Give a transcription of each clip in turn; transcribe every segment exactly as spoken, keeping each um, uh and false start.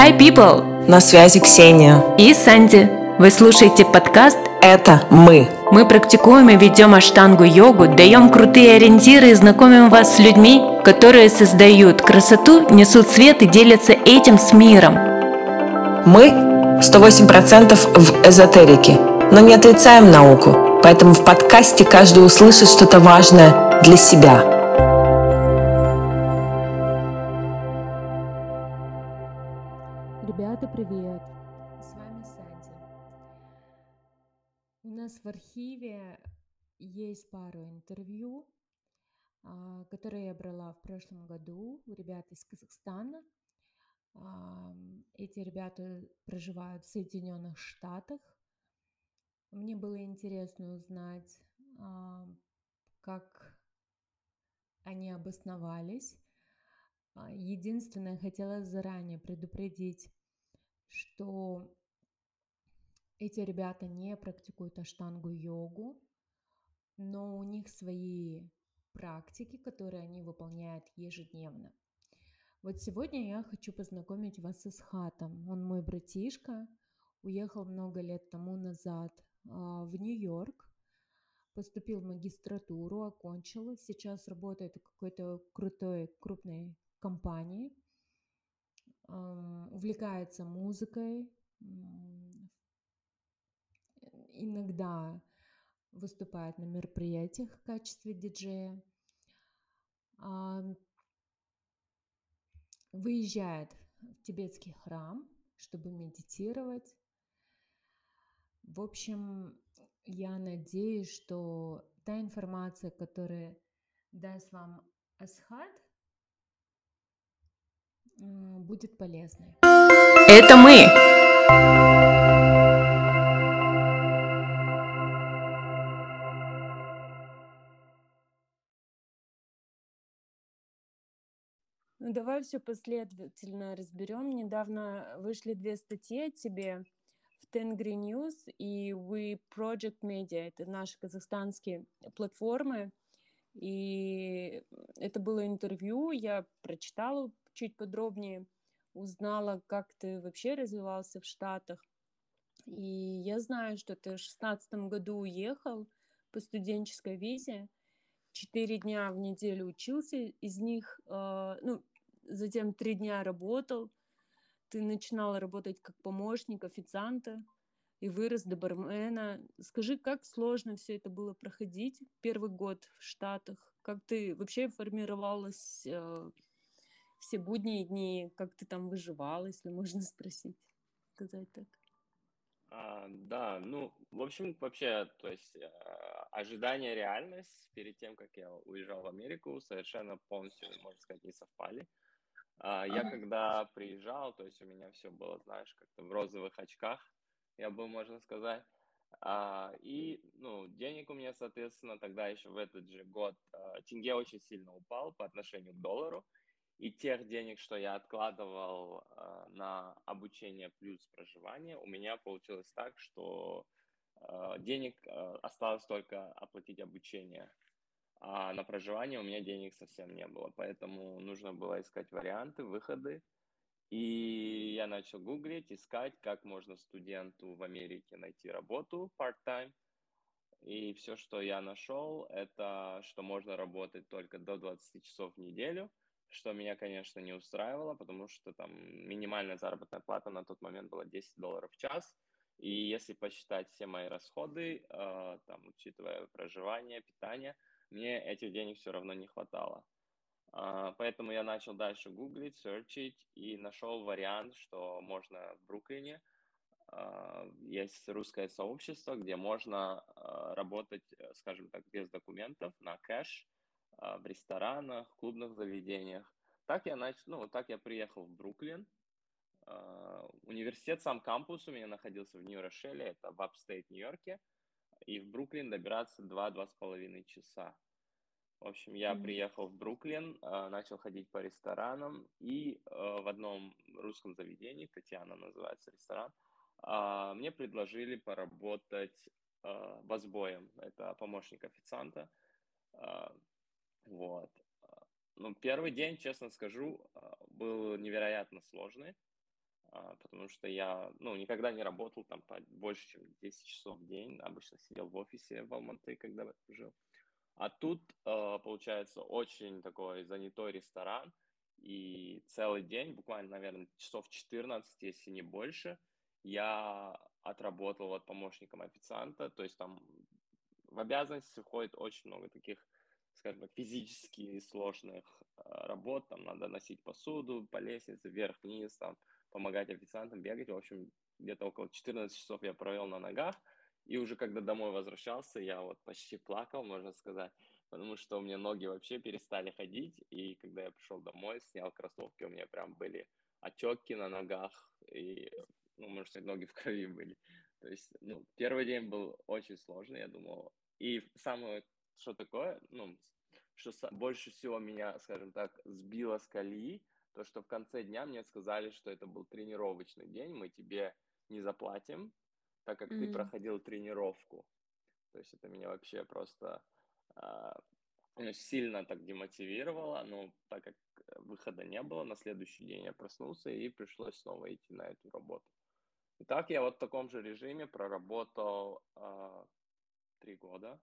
Hi, people! На связи Ксения. И Санди. Вы слушаете подкаст «Это мы». Мы практикуем и ведем аштангу-йогу, даем крутые ориентиры и знакомим вас с людьми, которые создают красоту, несут свет и делятся этим с миром. Мы сто восемь процентов в эзотерике, но не отрицаем науку, поэтому в подкасте каждый услышит что-то важное для себя. Ребята, привет! С вами Санди. У нас в архиве есть пару интервью, которые я брала в прошлом году у ребят из Казахстана. Эти ребята проживают в Соединенных Штатах. Мне было интересно узнать, как они обосновались. Единственное, хотела заранее предупредить, что эти ребята не практикуют аштангу-йогу, но у них свои практики, которые они выполняют ежедневно. Вот сегодня я хочу познакомить вас с Исхатом. Он мой братишка, уехал много лет тому назад в Нью-Йорк, поступил в магистратуру, окончил, сейчас работает в какой-то крутой, крупной компании, увлекается музыкой, иногда выступает на мероприятиях в качестве диджея, выезжает в тибетский храм, чтобы медитировать. В общем, я надеюсь, что та информация, которая даст вам Асхат, будет полезной. Это мы! Ну, давай все последовательно разберем. Недавно вышли две статьи о тебе в Tengri News и We Project Media. Это наши казахстанские платформы. И это было интервью, я прочитала чуть подробнее, узнала, как ты вообще развивался в Штатах. И я знаю, что ты в шестнадцатом году уехал по студенческой визе, четыре дня в неделю учился, из них, э, ну, затем три дня работал. Ты начинал работать как помощник официанта и вырос до бармена. Скажи, как сложно все это было проходить первый год в Штатах? Как ты вообще формировалась э, все будние дни? Как ты там выживал, если можно спросить? Сказать так. А, да, ну, в общем, вообще, то есть э, ожидание, реальность перед тем, как я уезжал в Америку, совершенно полностью, можно сказать, не совпали. А, я когда приезжал, то есть у меня все было, знаешь, как-то в розовых очках, я бы, можно сказать. А, и, ну, денег у меня, соответственно, тогда еще в этот же год а, тенге очень сильно упал по отношению к доллару. И тех денег, что я откладывал э, на обучение плюс проживание, у меня получилось так, что э, денег э, осталось только оплатить обучение, а на проживание у меня денег совсем не было, поэтому нужно было искать варианты, выходы. И я начал гуглить, искать, как можно студенту в Америке найти работу part-time. И все, что я нашел, это что можно работать только до двадцати часов в неделю, что меня, конечно, не устраивало, потому что там минимальная заработная плата на тот момент была десять долларов в час. И если посчитать все мои расходы, э, там, учитывая проживание, питание, мне этих денег все равно не хватало. Uh, поэтому я начал дальше гуглить, серчить и нашел вариант, что можно в Бруклине. Uh, есть русское сообщество, где можно uh, работать, скажем так, без документов, на кэш, uh, в ресторанах, клубных заведениях. Так я начал, ну, так я приехал в Бруклин. Uh, университет, сам кампус у меня находился в Нью-Рошеле, это в апстейт Нью-Йорке, и в Бруклин добираться два-два с половиной часа. В общем, я приехал в Бруклин, начал ходить по ресторанам, и в одном русском заведении, Татьяна называется ресторан, мне предложили поработать босбоем, это помощник официанта. Вот. Ну, первый день, честно скажу, был невероятно сложный. а, потому что я, ну, никогда не работал там по больше, чем десять часов в день, обычно сидел в офисе в Алматы, когда жил. А тут, э, получается, очень такой занятой ресторан, и целый день, буквально, наверное, часов четырнадцать, если не больше, я отработал вот помощником официанта, то есть там в обязанности входит очень много таких, скажем так, физически сложных э, работ, там надо носить посуду по лестнице вверх-вниз, там, помогать официантам бегать, в общем, где-то около четырнадцати часов я провел на ногах, и уже когда домой возвращался, я вот почти плакал, можно сказать, потому что у меня ноги вообще перестали ходить, и когда я пришел домой, снял кроссовки, у меня прям были отеки на ногах, и, ну, можно сказать, ноги в крови были. То есть, ну, первый день был очень сложный, я думал. И самое, что такое, ну, что са- больше всего меня, скажем так, сбило с колеи, то, что в конце дня мне сказали, что это был тренировочный день, мы тебе не заплатим, так как ты Мгм. проходил тренировку. То есть это меня вообще просто а, ну, сильно так демотивировало, но так как выхода не было, на следующий день я проснулся и пришлось снова идти на эту работу. И так я вот в таком же режиме проработал а, три года.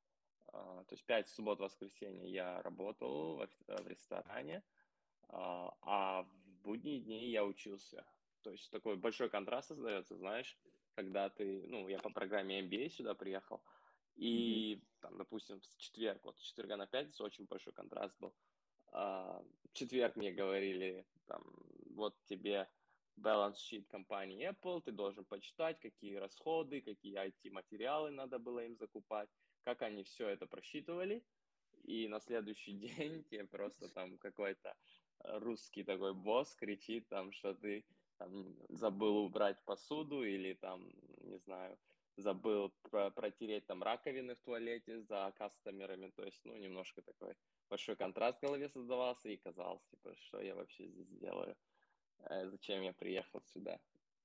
А, то есть пять суббот, воскресенье я работал в, офи- в ресторане, а, а в будние дни я учился. То есть такой большой контраст создается, знаешь, когда ты, ну, я по программе эм би эй сюда приехал, Мгм. и, там, допустим, с четверг, вот с четверга на пятницу очень большой контраст был. А, в четверг мне говорили, там, вот тебе balance sheet компании Apple, ты должен почитать, какие расходы, какие ай ти-материалы надо было им закупать, как они все это просчитывали, и на следующий день тебе просто там какой-то русский такой босс кричит там, что ты там, забыл убрать посуду или там, не знаю, забыл про- протереть там раковины в туалете за кастомерами, то есть, ну, немножко такой большой контраст в голове создавался и казалось, типа, что я вообще здесь делаю, э, зачем я приехал сюда.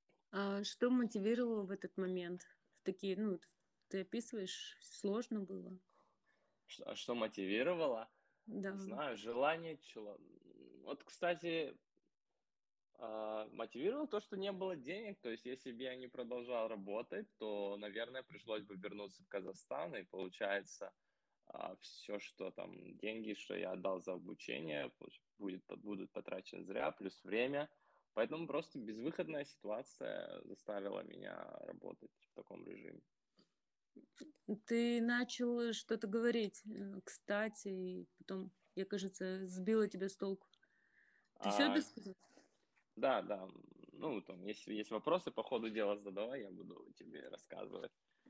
А что мотивировало в этот момент? В такие, ну, ты описываешь, сложно было. Что, а что мотивировало? Да. Не знаю, желание чего. Вот, кстати, а, мотивировало то, что не было денег, то есть если бы я не продолжал работать, то, наверное, пришлось бы вернуться в Казахстан, и получается, все, что там, деньги, что я отдал за обучение, получ- будет, будут потрачены зря, плюс время. Поэтому просто безвыходная ситуация заставила меня работать в таком режиме. Ты начал что-то говорить, э, кстати, и потом, я, кажется, сбила тебя с толку. Ты все А, досказал? да, да, ну, там, если есть вопросы по ходу дела, задавай, я буду тебе рассказывать.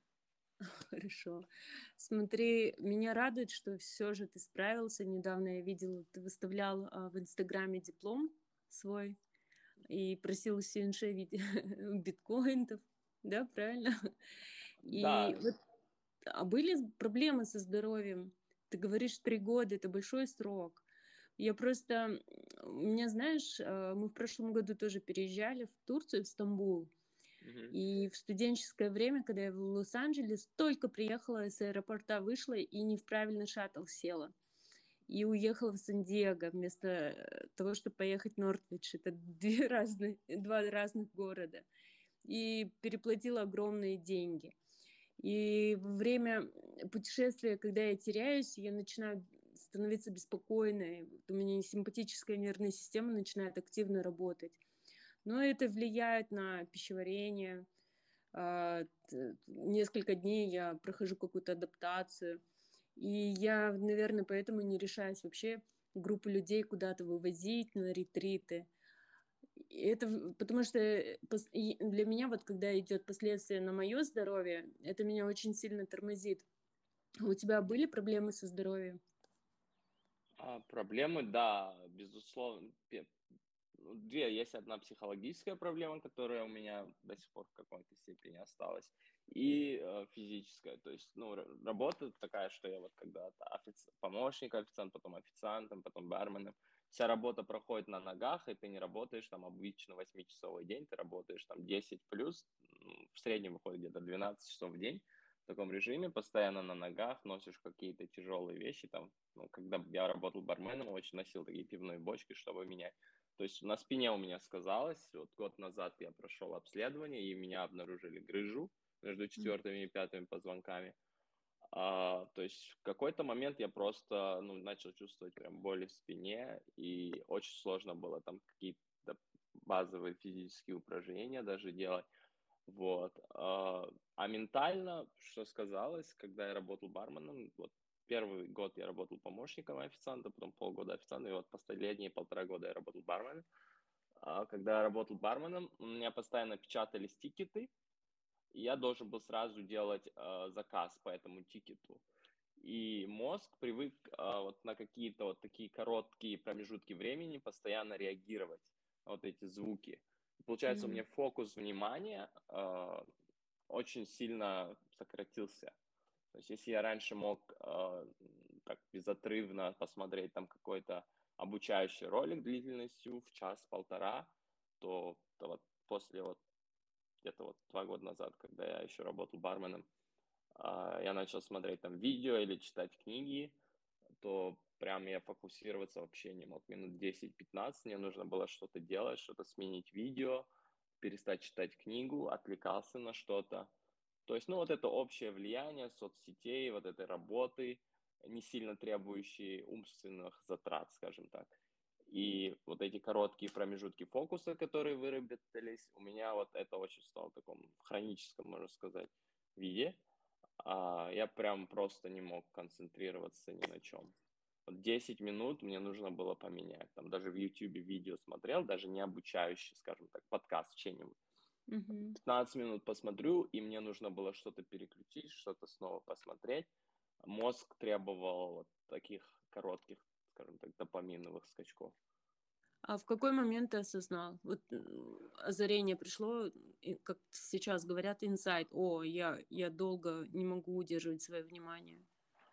Хорошо. Смотри, меня радует, что все же ты справился. Недавно я видела, ты выставлял а, в Инстаграме диплом свой и просил Синше в виде биткоинов. Да, правильно? Да, И вот, а были проблемы со здоровьем? Ты говоришь, три года, это большой срок. Я просто, у меня, знаешь, э, мы в прошлом году тоже переезжали в Турцию, в Стамбул. мгм. И в студенческое время, когда я в Лос-Анджелес, только приехала с аэропорта, вышла и не в правильный шаттл села. И уехала в Сан-Диего вместо э, того, чтобы поехать в Нортвич. Это две разные, два разных города. И переплатила огромные деньги. И во время путешествия, когда я теряюсь, я начинаю становиться беспокойной. У меня симпатическая нервная система начинает активно работать. Но это влияет на пищеварение. А, т- Несколько дней я прохожу какую-то адаптацию. И я, наверное, поэтому не решаюсь вообще группу людей куда-то вывозить на ретриты. И это в- потому что э, пос- и для меня вот когда идет последствия на мое здоровье, это меня очень сильно тормозит. А у тебя были проблемы со здоровьем? А, проблемы, да, безусловно. Пе- ну, Две. Есть одна психологическая проблема, которая у меня до сих пор в какой-то степени осталась, и э, физическая. То есть, ну, р- работа такая, что я вот когда-то офици- помощник официант, потом официантом, потом барменом. Вся работа проходит на ногах, и ты не работаешь там обычно восьмичасовой день, ты работаешь там десять плюс, м, в среднем выходит где-то двенадцать часов в день в таком режиме, постоянно на ногах, носишь какие-то тяжелые вещи, там, ну, когда я работал барменом, очень носил такие пивные бочки, чтобы менять. То есть на спине у меня сказалось, вот год назад я прошел обследование, и меня обнаружили грыжу между четвертыми и пятыми позвонками. А, то есть в какой-то момент я просто, ну, начал чувствовать прям боли в спине, и очень сложно было там какие-то базовые физические упражнения даже делать. Вот. А, а ментально, что сказалось, когда я работал барменом, вот первый год я работал помощником официанта, потом полгода официантом, и вот последние полтора года я работал барменом. А, когда я работал барменом, у меня постоянно печатались тикеты, и я должен был сразу делать э, заказ по этому тикету. И мозг привык э, вот на какие-то вот такие короткие промежутки времени постоянно реагировать на вот эти звуки. Получается, у Мгм. меня фокус внимания э, очень сильно сократился. То есть, если я раньше мог э, так безотрывно посмотреть там какой-то обучающий ролик длительностью в час-полтора, то, то вот после вот где-то вот два года назад, когда я еще работал барменом, а, я начал смотреть там видео или читать книги, то прям я фокусироваться вообще не мог. Минут десять-пятнадцать мне нужно было что-то делать, что-то сменить видео, перестать читать книгу, отвлекался на что-то. То есть, ну, вот это общее влияние соцсетей, вот этой работы, не сильно требующей умственных затрат, скажем так. И вот эти короткие промежутки фокуса, которые выработались, у меня вот это очень стало в таком хроническом, можно сказать, виде. А, я прям просто не мог концентрироваться ни на чем. Вот десять минут мне нужно было поменять. Там даже в YouTube видео смотрел, даже не обучающий, скажем так, подкаст чем-нибудь. Мгм. пятнадцать минут посмотрю, и мне нужно было что-то переключить, что-то снова посмотреть. Мозг требовал вот таких коротких, скажем так, допаминовых скачков. А в какой момент ты осознал? Вот м, озарение пришло, и, как сейчас говорят, инсайт. О, я, я долго не могу удерживать свое внимание.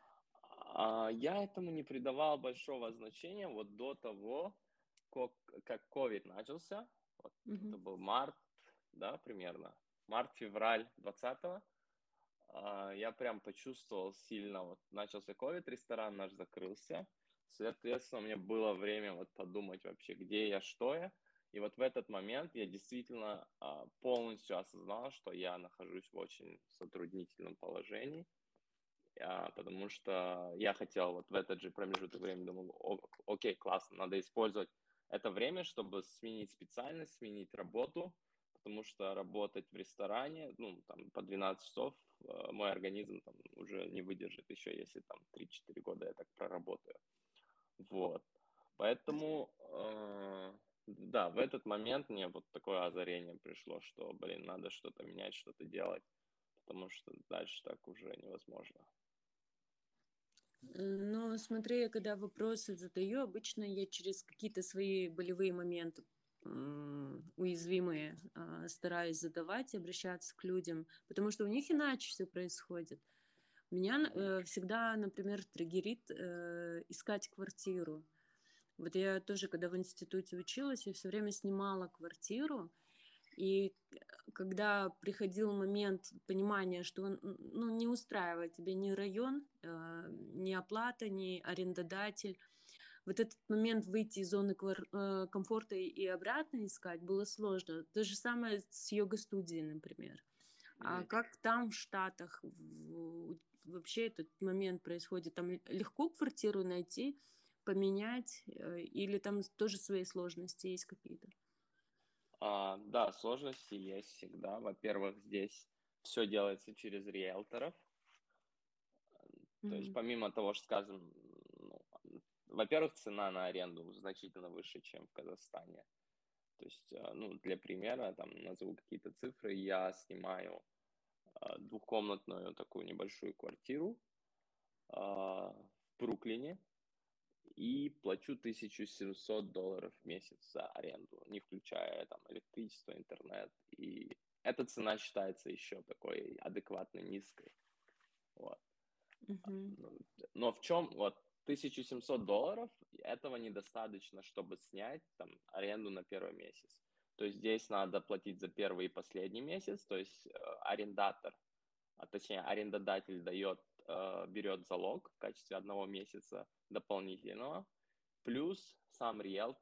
А, я этому не придавал большого значения вот до того, как, как ковид начался. Вот это Мгм. был март, да, примерно. Март-февраль двадцатого. А, я прям почувствовал сильно, вот начался ковид, ресторан наш закрылся. Соответственно, у меня было время вот подумать вообще, где я, что я. И вот в этот момент я действительно а, полностью осознал, что я нахожусь в очень затруднительном положении. А, потому что я хотел вот в этот же промежуток времени, думал, «О, окей, классно, надо использовать это время, чтобы сменить специальность, сменить работу, потому что работать в ресторане, ну, там, по двенадцать часов, э, мой организм там уже не выдержит еще, если там три-четыре года я так проработаю. Вот. Поэтому, э, да, в этот момент мне вот такое озарение пришло, что, блин, надо что-то менять, что-то делать, потому что дальше так уже невозможно. Э, Но смотри, я когда вопросы задаю, обычно я через какие-то свои болевые моменты м, уязвимые а, стараюсь задавать и обращаться к людям, потому что у них иначе все происходит. Меня Мгм. э, всегда, например, триггерит э, искать квартиру. Вот я тоже, когда в институте училась, я все время снимала квартиру, и э, когда приходил момент понимания, что он н- ну, не устраивает тебе ни район, э, ни оплата, ни арендодатель, вот этот момент выйти из зоны квар- э, комфорта и и обратно искать было сложно. То же самое с йога-студией, например. А Мгм. как там в Штатах в- вообще этот момент происходит? Там л- легко квартиру найти, поменять, э, или там тоже свои сложности есть какие-то? А, да, сложности есть всегда. Во-первых, здесь все делается через риэлторов. То есть Мгм. помимо того, что, скажем, ну, во-первых, цена на аренду значительно выше, чем в Казахстане. То есть, э, ну, для примера, там, назову какие-то цифры, я снимаю э, двухкомнатную такую небольшую квартиру а, в Бруклине и плачу тысячу семьсот долларов в месяц за аренду, не включая там электричество, интернет. И эта цена считается еще такой адекватно низкой. Вот. Мгм. Ну, Но в чем вот тысяча семьсот долларов этого недостаточно, чтобы снять там аренду на первый месяц. То есть здесь надо платить за первый и последний месяц, то есть э, арендатор, а точнее арендодатель дает, э, берет залог в качестве одного месяца дополнительного, плюс сам риэлтор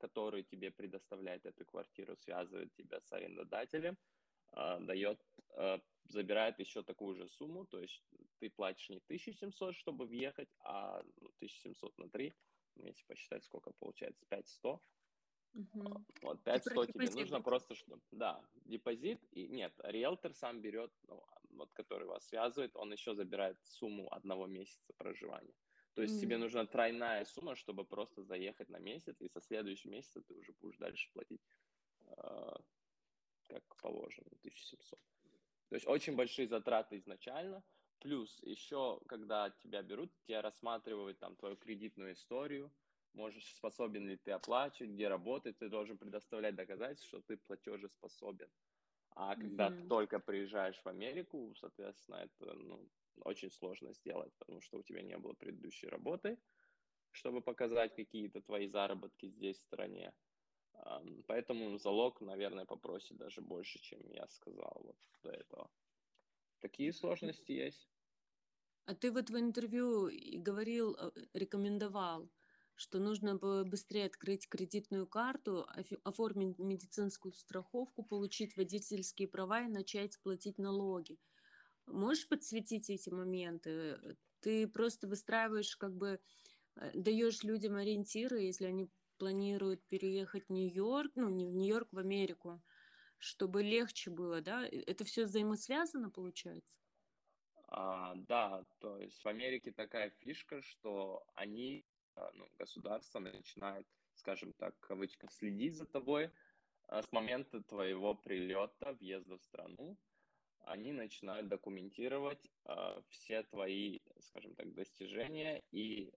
который тебе предоставляет эту квартиру, связывает тебя с арендодателем, а, дает, а, забирает еще такую же сумму, то есть ты платишь не тысячу семьсот, чтобы въехать, а ну, тысяча семьсот на три, если посчитать, сколько получается, пять сто. Мгм. Вот, Ты пять про сто тебе депозит нужно говоришь. просто, что, да, депозит, и нет, риэлтор сам берет, ну, вот, который вас связывает, он еще забирает сумму одного месяца проживания. То есть тебе М, нужна тройная сумма, чтобы просто заехать на месяц, и со следующего месяца ты уже будешь дальше платить, а, как положено, тысяча семьсот. То есть очень большие затраты изначально, плюс еще, когда тебя берут, тебя рассматривают там твою кредитную историю, можешь, способен ли ты оплачивать, где работать, ты должен предоставлять доказательства, что ты платежеспособен. А когда ты мгм. только приезжаешь в Америку, соответственно, это ну, очень сложно сделать, потому что у тебя не было предыдущей работы, чтобы показать какие-то твои заработки здесь, в стране. Ам, Поэтому залог, наверное, попросит даже больше, чем я сказал вот до этого. Такие сложности есть. А ты вот в интервью и говорил, э, рекомендовал, что нужно было быстрее открыть кредитную карту, офи- оформить медицинскую страховку, получить водительские права и начать платить налоги. Можешь подсветить эти моменты? Ты просто выстраиваешь, как бы э, даешь людям ориентиры, если они планируют переехать в Нью-Йорк, ну не в Нью-Йорк, в Америку, чтобы легче было, да? Э, Это все взаимосвязано, получается? А, да, то есть в Америке такая фишка, что они, а, ну, государство начинает, скажем так, в кавычках, следить за тобой а, с момента твоего прилета, въезда в страну. Они начинают документировать а, все твои, скажем так, достижения и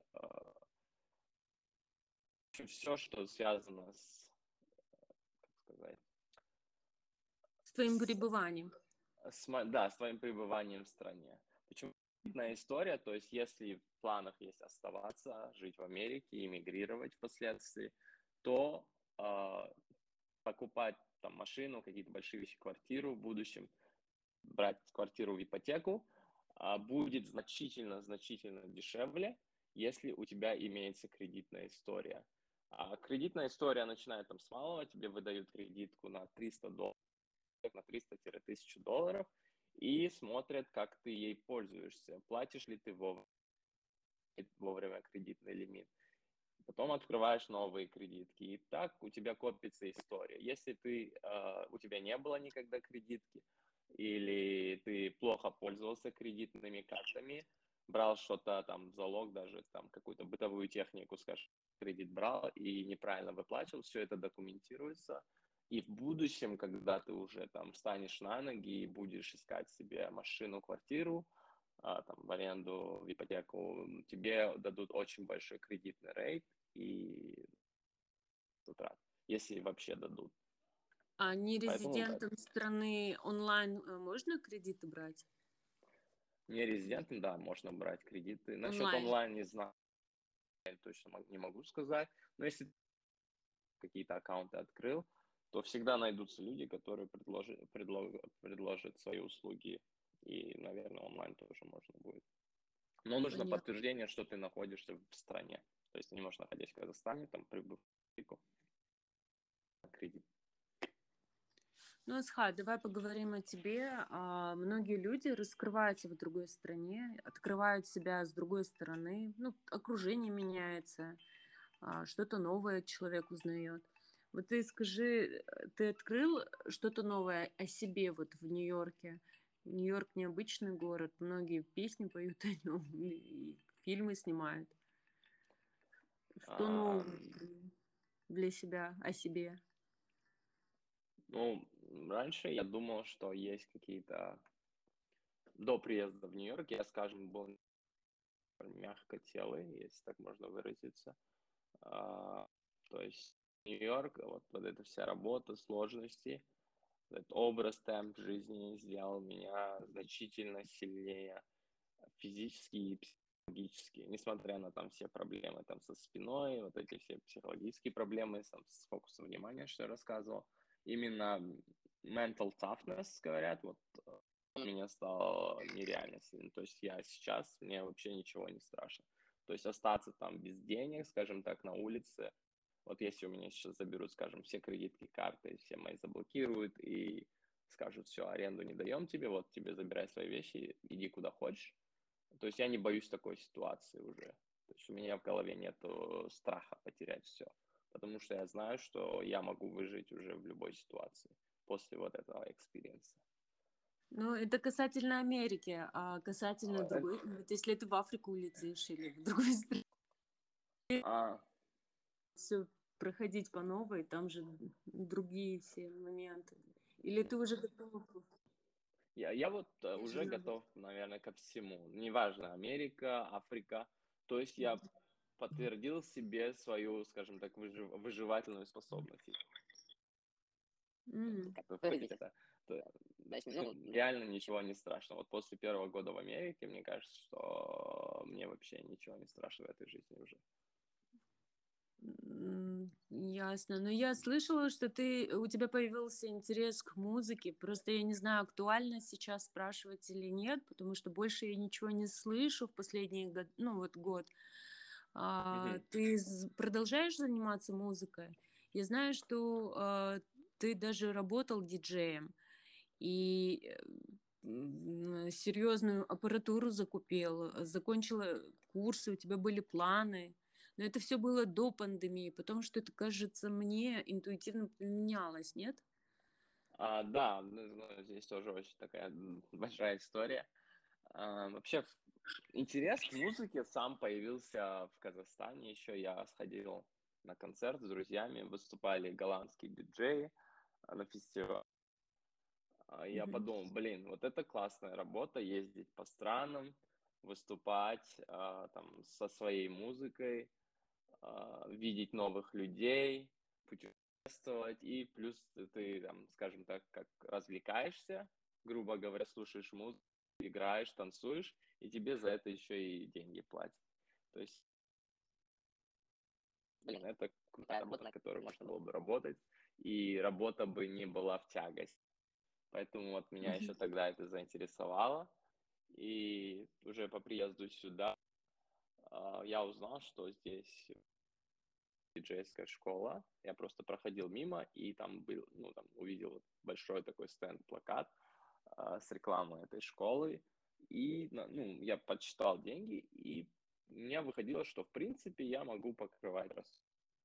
все, что связано с, как сказать, С твоим с пребыванием. С мо да, с твоим пребыванием в стране. Почему одна история? То есть если в планах есть оставаться, жить в Америке, эмигрировать впоследствии, то, а, покупать там машину, какие-то большие вещи, квартиру в будущем, брать квартиру в ипотеку, а, будет значительно значительно дешевле, если у тебя имеется кредитная история. А кредитная история начинает там с малого, тебе выдают кредитку на триста долларов, на триста-тысячу долларов и смотрят, как ты ей пользуешься, платишь ли ты вовремя, вовремя кредитный лимит. Потом открываешь новые кредитки, и так у тебя копится история. Если ты, э, у тебя не было никогда кредитки, или ты плохо пользовался кредитными картами, брал что-то там в залог, даже там какую-то бытовую технику, скажем, кредит брал и неправильно выплачивал, все это документируется. И в будущем, когда ты уже там встанешь на ноги и будешь искать себе машину, квартиру, а, там, в аренду, в ипотеку, тебе дадут очень большой кредитный рейт и утрат, если вообще дадут. А Поэтому нерезидентам страны онлайн э, можно кредиты брать? не резидентам, да, можно брать кредиты. Насчет Онлайн. онлайн не знаю, точно не могу сказать. Но если какие-то аккаунты открыл, то всегда найдутся люди, которые предложат, предло, предложат свои услуги. И, наверное, онлайн тоже можно будет. Но нужно Понятно. подтверждение, что ты находишься в стране. То есть ты не можешь находиться в Казахстане, там, прибыв в кредит. Ну, Асхат, давай поговорим о тебе. А, многие люди раскрываются в другой стране, открывают себя с другой стороны. Ну, окружение меняется, а, что-то новое человек узнает. Вот ты скажи, э, ты открыл что-то новое о себе вот в Нью-Йорке? Нью-Йорк необычный город, многие песни поют о нем, и фильмы снимают. Что А, нового ты для себя о себе? ну, раньше я думал, что есть какие-то... До приезда в Нью-Йорк я, скажем, был мягкотелый, если так можно выразиться. А, то есть Нью-Йорк, вот, вот эта вся работа, сложности, этот образ, темп жизни сделал меня значительно сильнее физически и психологически, несмотря на там все проблемы там со спиной, вот эти все психологические проблемы там, с фокусом внимания, что я рассказывал. Именно mental toughness, говорят, вот э, у меня стало нереально сильным. То есть я сейчас, мне вообще ничего не страшно. То есть остаться там без денег, скажем так, на улице, Вот если у меня сейчас заберут, скажем, все кредитки, карты, все мои заблокируют и скажут, все, аренду не даем тебе, вот тебе забирай свои вещи, иди куда хочешь. То есть я не боюсь такой ситуации уже. То есть у меня в голове нет страха потерять все. Потому что я знаю, что я могу выжить уже в любой ситуации после вот этого экспириенса. Ну, это касательно Америки, а касательно другой, вот если ты в Африку улетишь или в другую страну, А, все проходить по новой, там же другие все моменты. Или ты уже готов? я, я вот э, Или же уже наоборот? готов, наверное, ко всему. Неважно, Америка, Африка. То есть я подтвердил себе свою, скажем так, выжив- выживательную способность. М. Как вы говорите, это, то, ну, реально ничего не страшно. Вот после первого года в Америке, мне кажется, что мне вообще ничего не страшно в этой жизни уже. М, Ясно. Но я слышала, что ты, у тебя появился интерес к музыке. Просто я не знаю, актуально сейчас спрашивать или нет, потому что больше я ничего не слышу в последний год, ну вот год. А, Мгм. ты з- продолжаешь заниматься музыкой? Я знаю, что а, ты даже работал диджеем и э, м, серьезную аппаратуру закупил, э, закончила курсы, у тебя были планы. Но это все было до пандемии, потому что это, кажется, мне интуитивно поменялось, нет? А, да, ну, ну, здесь тоже очень такая м, большая история. А, вообще, в- интерес к музыке сам появился в Казахстане. Еще я сходил на концерт с друзьями, выступали голландские диджеи а, на фестивале. А, Я Мгм. подумал, блин, вот это классная работа, ездить по странам, выступать а, там со своей музыкой, а, видеть новых людей, путешествовать, и плюс ты, ты, там, скажем так, как развлекаешься, грубо говоря, слушаешь музыку, играешь, танцуешь, и тебе за это еще и деньги платят. То есть, блин, это крутая работа, на которой можно было бы работать, и работа бы не была в тягость. Поэтому вот меня еще Мгм. тогда это заинтересовало. И уже по приезду сюда а, я узнал, что здесь диджейская школа. Я просто проходил мимо и там был, ну, там увидел вот большой такой стенд, плакат а, с рекламой этой школы. И, на- ну, я подсчитал деньги, и у меня выходило, что, в принципе, я могу покрывать рас-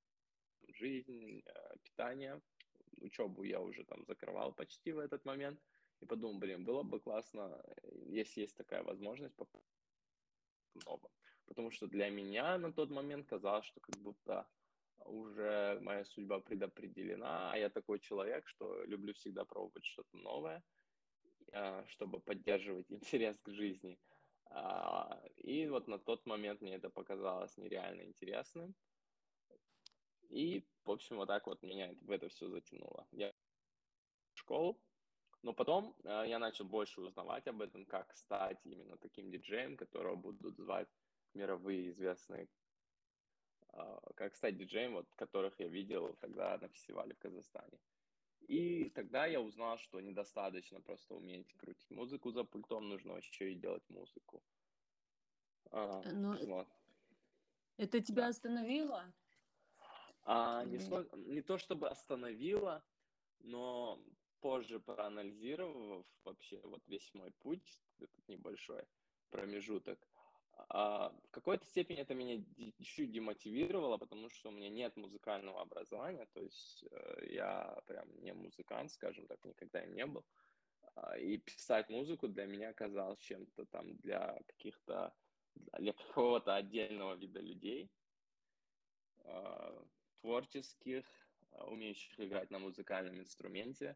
жизнь, э, питание. Учебу я уже там закрывал почти в этот момент. И подумал, блин, было бы классно, э, если есть такая возможность, попробовать новом. Потому что для меня на тот момент казалось, что как будто уже моя судьба предопределена, а я такой человек, что люблю всегда пробовать что-то новое, а, чтобы поддерживать интерес к жизни. А, И вот на тот момент мне это показалось нереально интересным. И, в общем, вот так вот меня это- в это все затянуло. Я в школу, но потом э, я начал больше узнавать об этом, как стать именно таким диджеем, которого будут звать мировые известные, а, как стать диджеем, вот, которых я видел тогда на фестивале в Казахстане. И тогда я узнал, что недостаточно просто уметь крутить музыку за пультом, нужно еще и делать музыку. А, Но вот, это тебя да. остановило? А, не, Или- смо- не то чтобы остановило, но позже проанализировав вообще вот весь мой путь, этот небольшой промежуток, а, в какой-то степени это меня ди- чуть демотивировало, потому что у меня нет музыкального образования, то есть э, я прям не музыкант, скажем так, никогда им не был. А, И писать музыку для меня казалось чем-то там для каких-то, для какого-то отдельного вида людей, а, творческих, а, умеющих играть на музыкальном инструменте,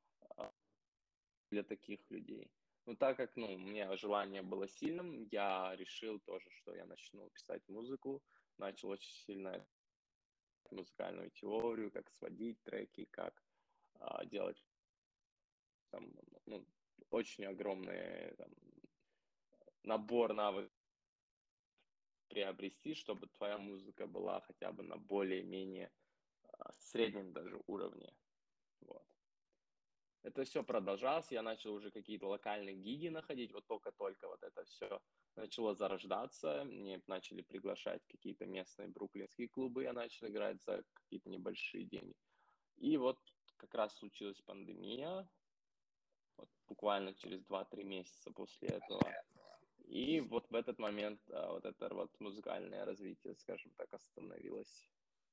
для таких людей. Но так как, ну, у меня желание было сильным, я решил тоже, что я начну писать музыку, начал очень сильно музыкальную теорию, как сводить треки, как а, делать там, ну, очень огромный там, набор навыков приобрести, чтобы твоя музыка была хотя бы на более-менее а, среднем даже уровне. Вот. это все продолжалось, я начал уже какие-то локальные гиги находить, вот только-только вот это все начало зарождаться, мне начали приглашать какие-то местные бруклинские клубы, я начал играть за какие-то небольшие деньги. И вот как раз случилась пандемия, вот буквально через два-три месяца после этого. И вот в этот момент а, вот это вот музыкальное развитие, скажем так, остановилось.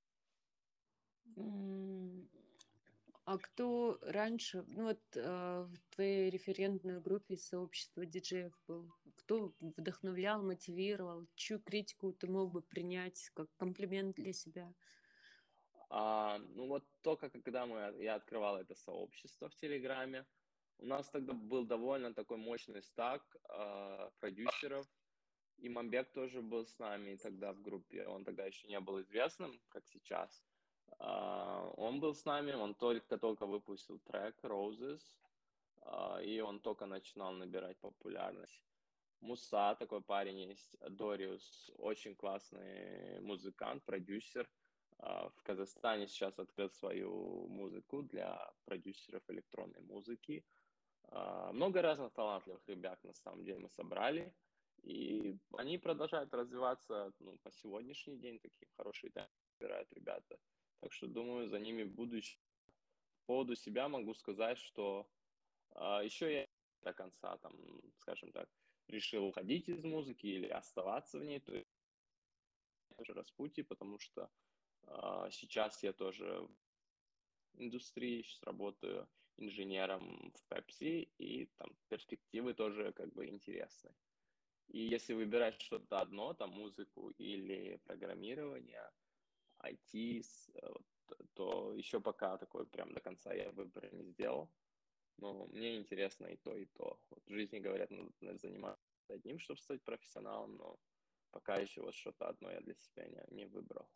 М, А кто раньше, ну вот э, в твоей референтной группе из сообщества диджеев был? Кто вдохновлял, мотивировал? Чью критику ты мог бы принять как комплимент для себя? А, ну вот только когда мы, я открывал это сообщество в Телеграме, у нас тогда был довольно такой мощный стак а, продюсеров, и Мамбек тоже был с нами тогда в группе, он тогда еще не был известным, как сейчас. А, он был с нами, он только-только выпустил трек Roses, а, и он только начинал набирать популярность. Муса, такой парень есть, Дориус, очень классный музыкант, продюсер. А, В Казахстане сейчас открыл свою музыку для продюсеров электронной музыки. А, Много разных талантливых ребят, на самом деле, мы собрали. И они продолжают развиваться, ну, по сегодняшний день, такие хорошие темпы набирают ребята. Так что, думаю, за ними будущее. По поводу себя могу сказать, что а, еще я до конца, там, скажем так, решил уходить из музыки или оставаться в ней, то есть тоже распутье, потому что а, сейчас я тоже в индустрии, сейчас работаю инженером в Pepsi, и там перспективы тоже как бы интересны. И если выбирать что-то одно, там музыку или программирование, ай ти, с- э, вот, то еще пока такой прям до конца я выбор не сделал. Но мне интересно и то, и то. Вот в жизни говорят, надо, надо заниматься одним, чтобы стать профессионалом, но пока еще вот что-то одно я для себя не, не выбрал.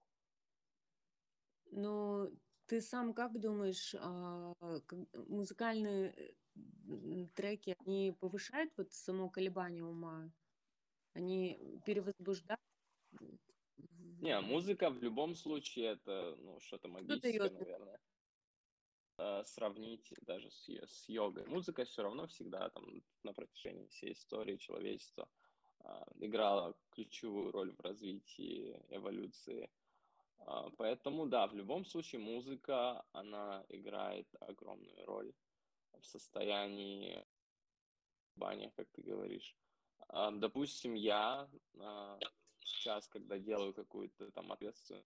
Но ты сам как думаешь, а, как- музыкальные м, треки, они повышают вот само колебание ума? Они перевозбуждают? Не, музыка в любом случае это, ну, что-то Что магическое, дает? наверное. Э, Сравнить даже с, ё- с йогой. Музыка все равно всегда там на протяжении всей истории человечества а, играла ключевую роль в развитии эволюции. А, Поэтому, да, в любом случае музыка, она играет огромную роль в состоянии бани, как ты говоришь. А, Допустим, я а, сейчас, когда делаю какую-то там ответственную,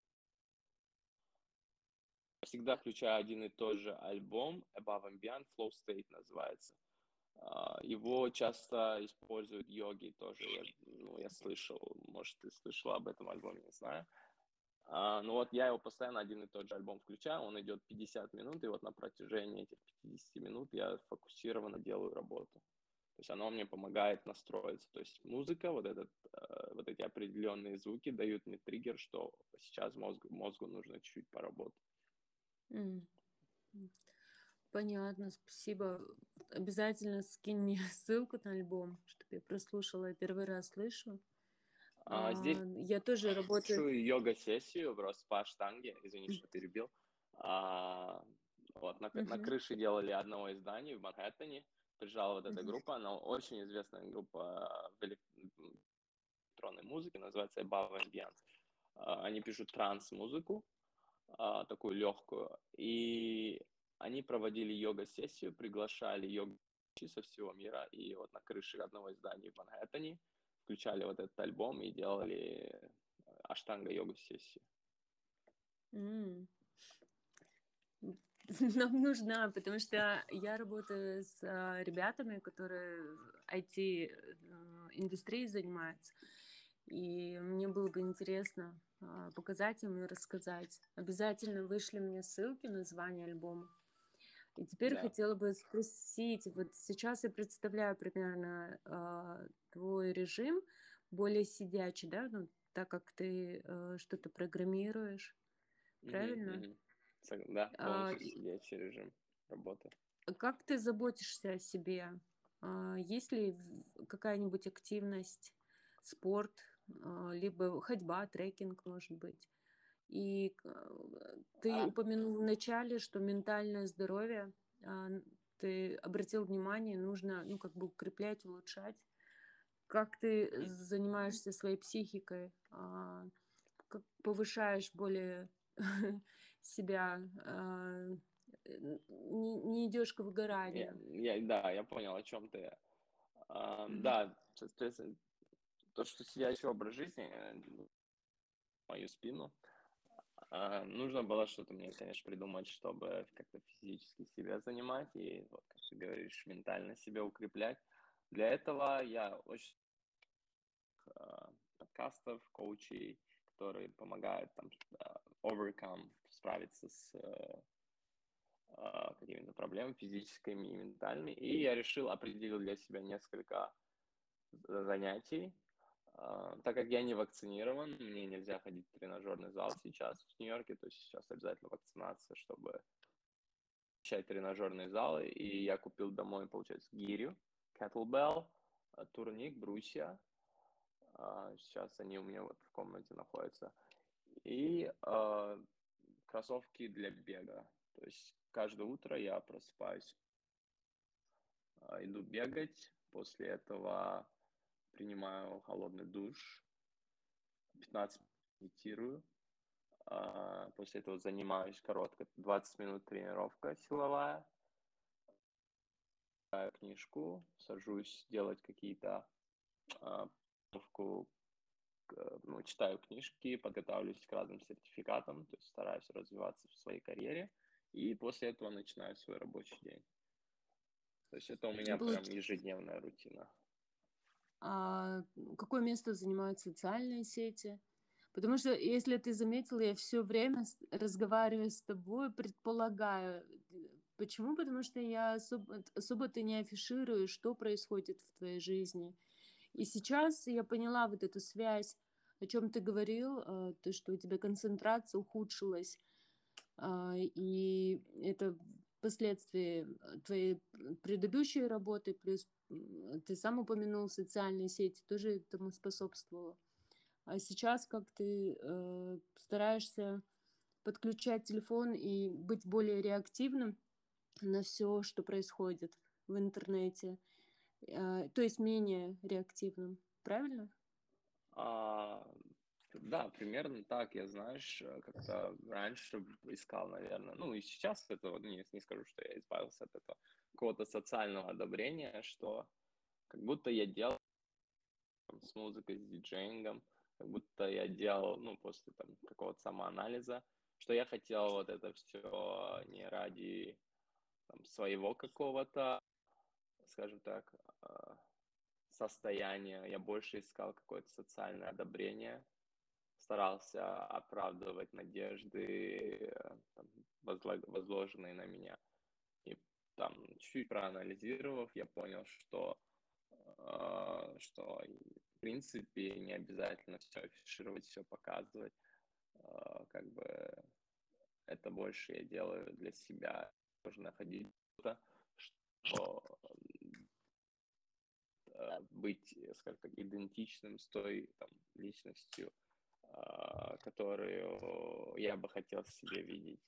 всегда включаю один и тот же альбом, Above and Beyond, Flow State называется. А, Его часто используют йоги тоже. Я, ну, я слышал, может, ты слышал об этом альбоме, не знаю. А, ну вот я его постоянно один и тот же альбом включаю, он идет пятьдесят минут, и вот на протяжении этих пятидесяти минут я фокусированно делаю работу. То есть оно мне помогает настроиться. То есть музыка, вот, этот, э, вот эти определенные звуки дают мне триггер, что сейчас мозгу, мозгу нужно чуть-чуть поработать. М, Понятно, спасибо. Обязательно скинь мне ссылку на альбом, чтобы я прослушала. Я первый раз слышу. А, здесь А, я тоже работаю. большую йога-сессию просто по штанге, извини, что перебил. А, вот, на, на Мгм, крыше делали одного из зданий в Манхэттене. Приезжала вот эта мгм. группа, она очень известная группа в электронной музыке, называется Above and Beyond. А, Они пишут транс-музыку, а, такую легкую, и они проводили йога-сессию, приглашали йога со всего мира, и вот на крыше одного из зданий в Манхэттене включали вот этот альбом и делали аштанга-йога-сессию. М. Нам нужна, потому что я работаю с а, ребятами, которые ай ти-индустрией занимаются, и мне было бы интересно а, показать им и рассказать. Обязательно вышли мне ссылки, название альбома. И теперь Да. хотела бы спросить, вот сейчас я представляю примерно а, твой режим более сидячий, да, ну, так как ты а, что-то программируешь, Мгм, правильно? мгм. Сог- Да, А, полностью сидячий режим работы. Как ты заботишься о себе? А, Есть ли в- какая-нибудь активность, спорт, а, либо ходьба, трекинг, может быть? И э, ты А, упомянул в начале, что ментальное здоровье. а, ты обратил внимание, нужно, ну, как бы укреплять, улучшать. Как ты занимаешься своей психикой, а, как повышаешь более себя, а, не, не идешь к Я, выгоранию. я- да, я понял, о чем ты. А, Мгм. да, соответственно, то, что сидячий образ жизни, э, мою спину, а, нужно было что-то мне, конечно, придумать, чтобы как-то физически себя занимать и, вот, как ты говоришь, ментально себя укреплять. Для этого я очень а, подкастов, коучей, которые помогают там а, overcome, справиться с э, а, какими-то проблемами физическими и ментальными. И я решил, определил для себя несколько занятий. А, так как я не вакцинирован, мне нельзя ходить в тренажерный зал сейчас в Нью-Йорке, то есть сейчас обязательно вакцинация, чтобы посещать тренажерные залы. И я купил домой, получается, гирю, kettlebell, а, турник, брусья. А, сейчас они у меня вот в комнате находятся. И а, кроссовки для бега. То есть каждое утро я просыпаюсь, а, иду бегать, после этого принимаю холодный душ, пятнадцать минут медитирую, а, после этого занимаюсь коротко, двадцать минут тренировка силовая, читаю книжку, сажусь делать какие-то, а, подготовку к- ну, читаю книжки, подготавливаюсь к разным сертификатам, то есть стараюсь развиваться в своей карьере, и после этого начинаю свой рабочий день. То есть это у меня прям Получ- ежедневная рутина. А какое место занимают социальные сети? Потому что, если ты заметил, я все время с- разговариваю с тобой, предполагаю. э, Почему? Потому что я особо, особо ты не афиширую, что происходит в твоей жизни. И сейчас я поняла вот эту связь, о чем ты говорил, э, то, что у тебя концентрация ухудшилась, а, и это последствия э, твоей предыдущей работы, плюс м, ты сам упомянул социальные сети, тоже этому способствовало. А сейчас как ты э, стараешься подключать телефон и быть более реактивным на все, что происходит в интернете, э, то есть менее реактивным, правильно? А, да, примерно так. Я, знаешь, э, как-то раньше искал, наверное, ну и сейчас это вот не, не скажу, что я избавился от этого какого-то социального одобрения, что как будто я делал там, с музыкой, с диджеингом, как будто я делал, ну, после там какого-то самоанализа, что я хотел вот это все не ради там, своего какого-то, скажем так, а, состояния, я больше искал какое-то социальное одобрение, старался оправдывать надежды, э, там, возло- возложенные на меня. И там, чуть проанализировав, я понял, что, э, что в принципе не обязательно все афишировать, все показывать. Э, как бы это больше я делаю для себя. Можно находить что-то, что э, быть, скажем так, идентичным с той там, личностью, э, которую я бы хотел в себе видеть.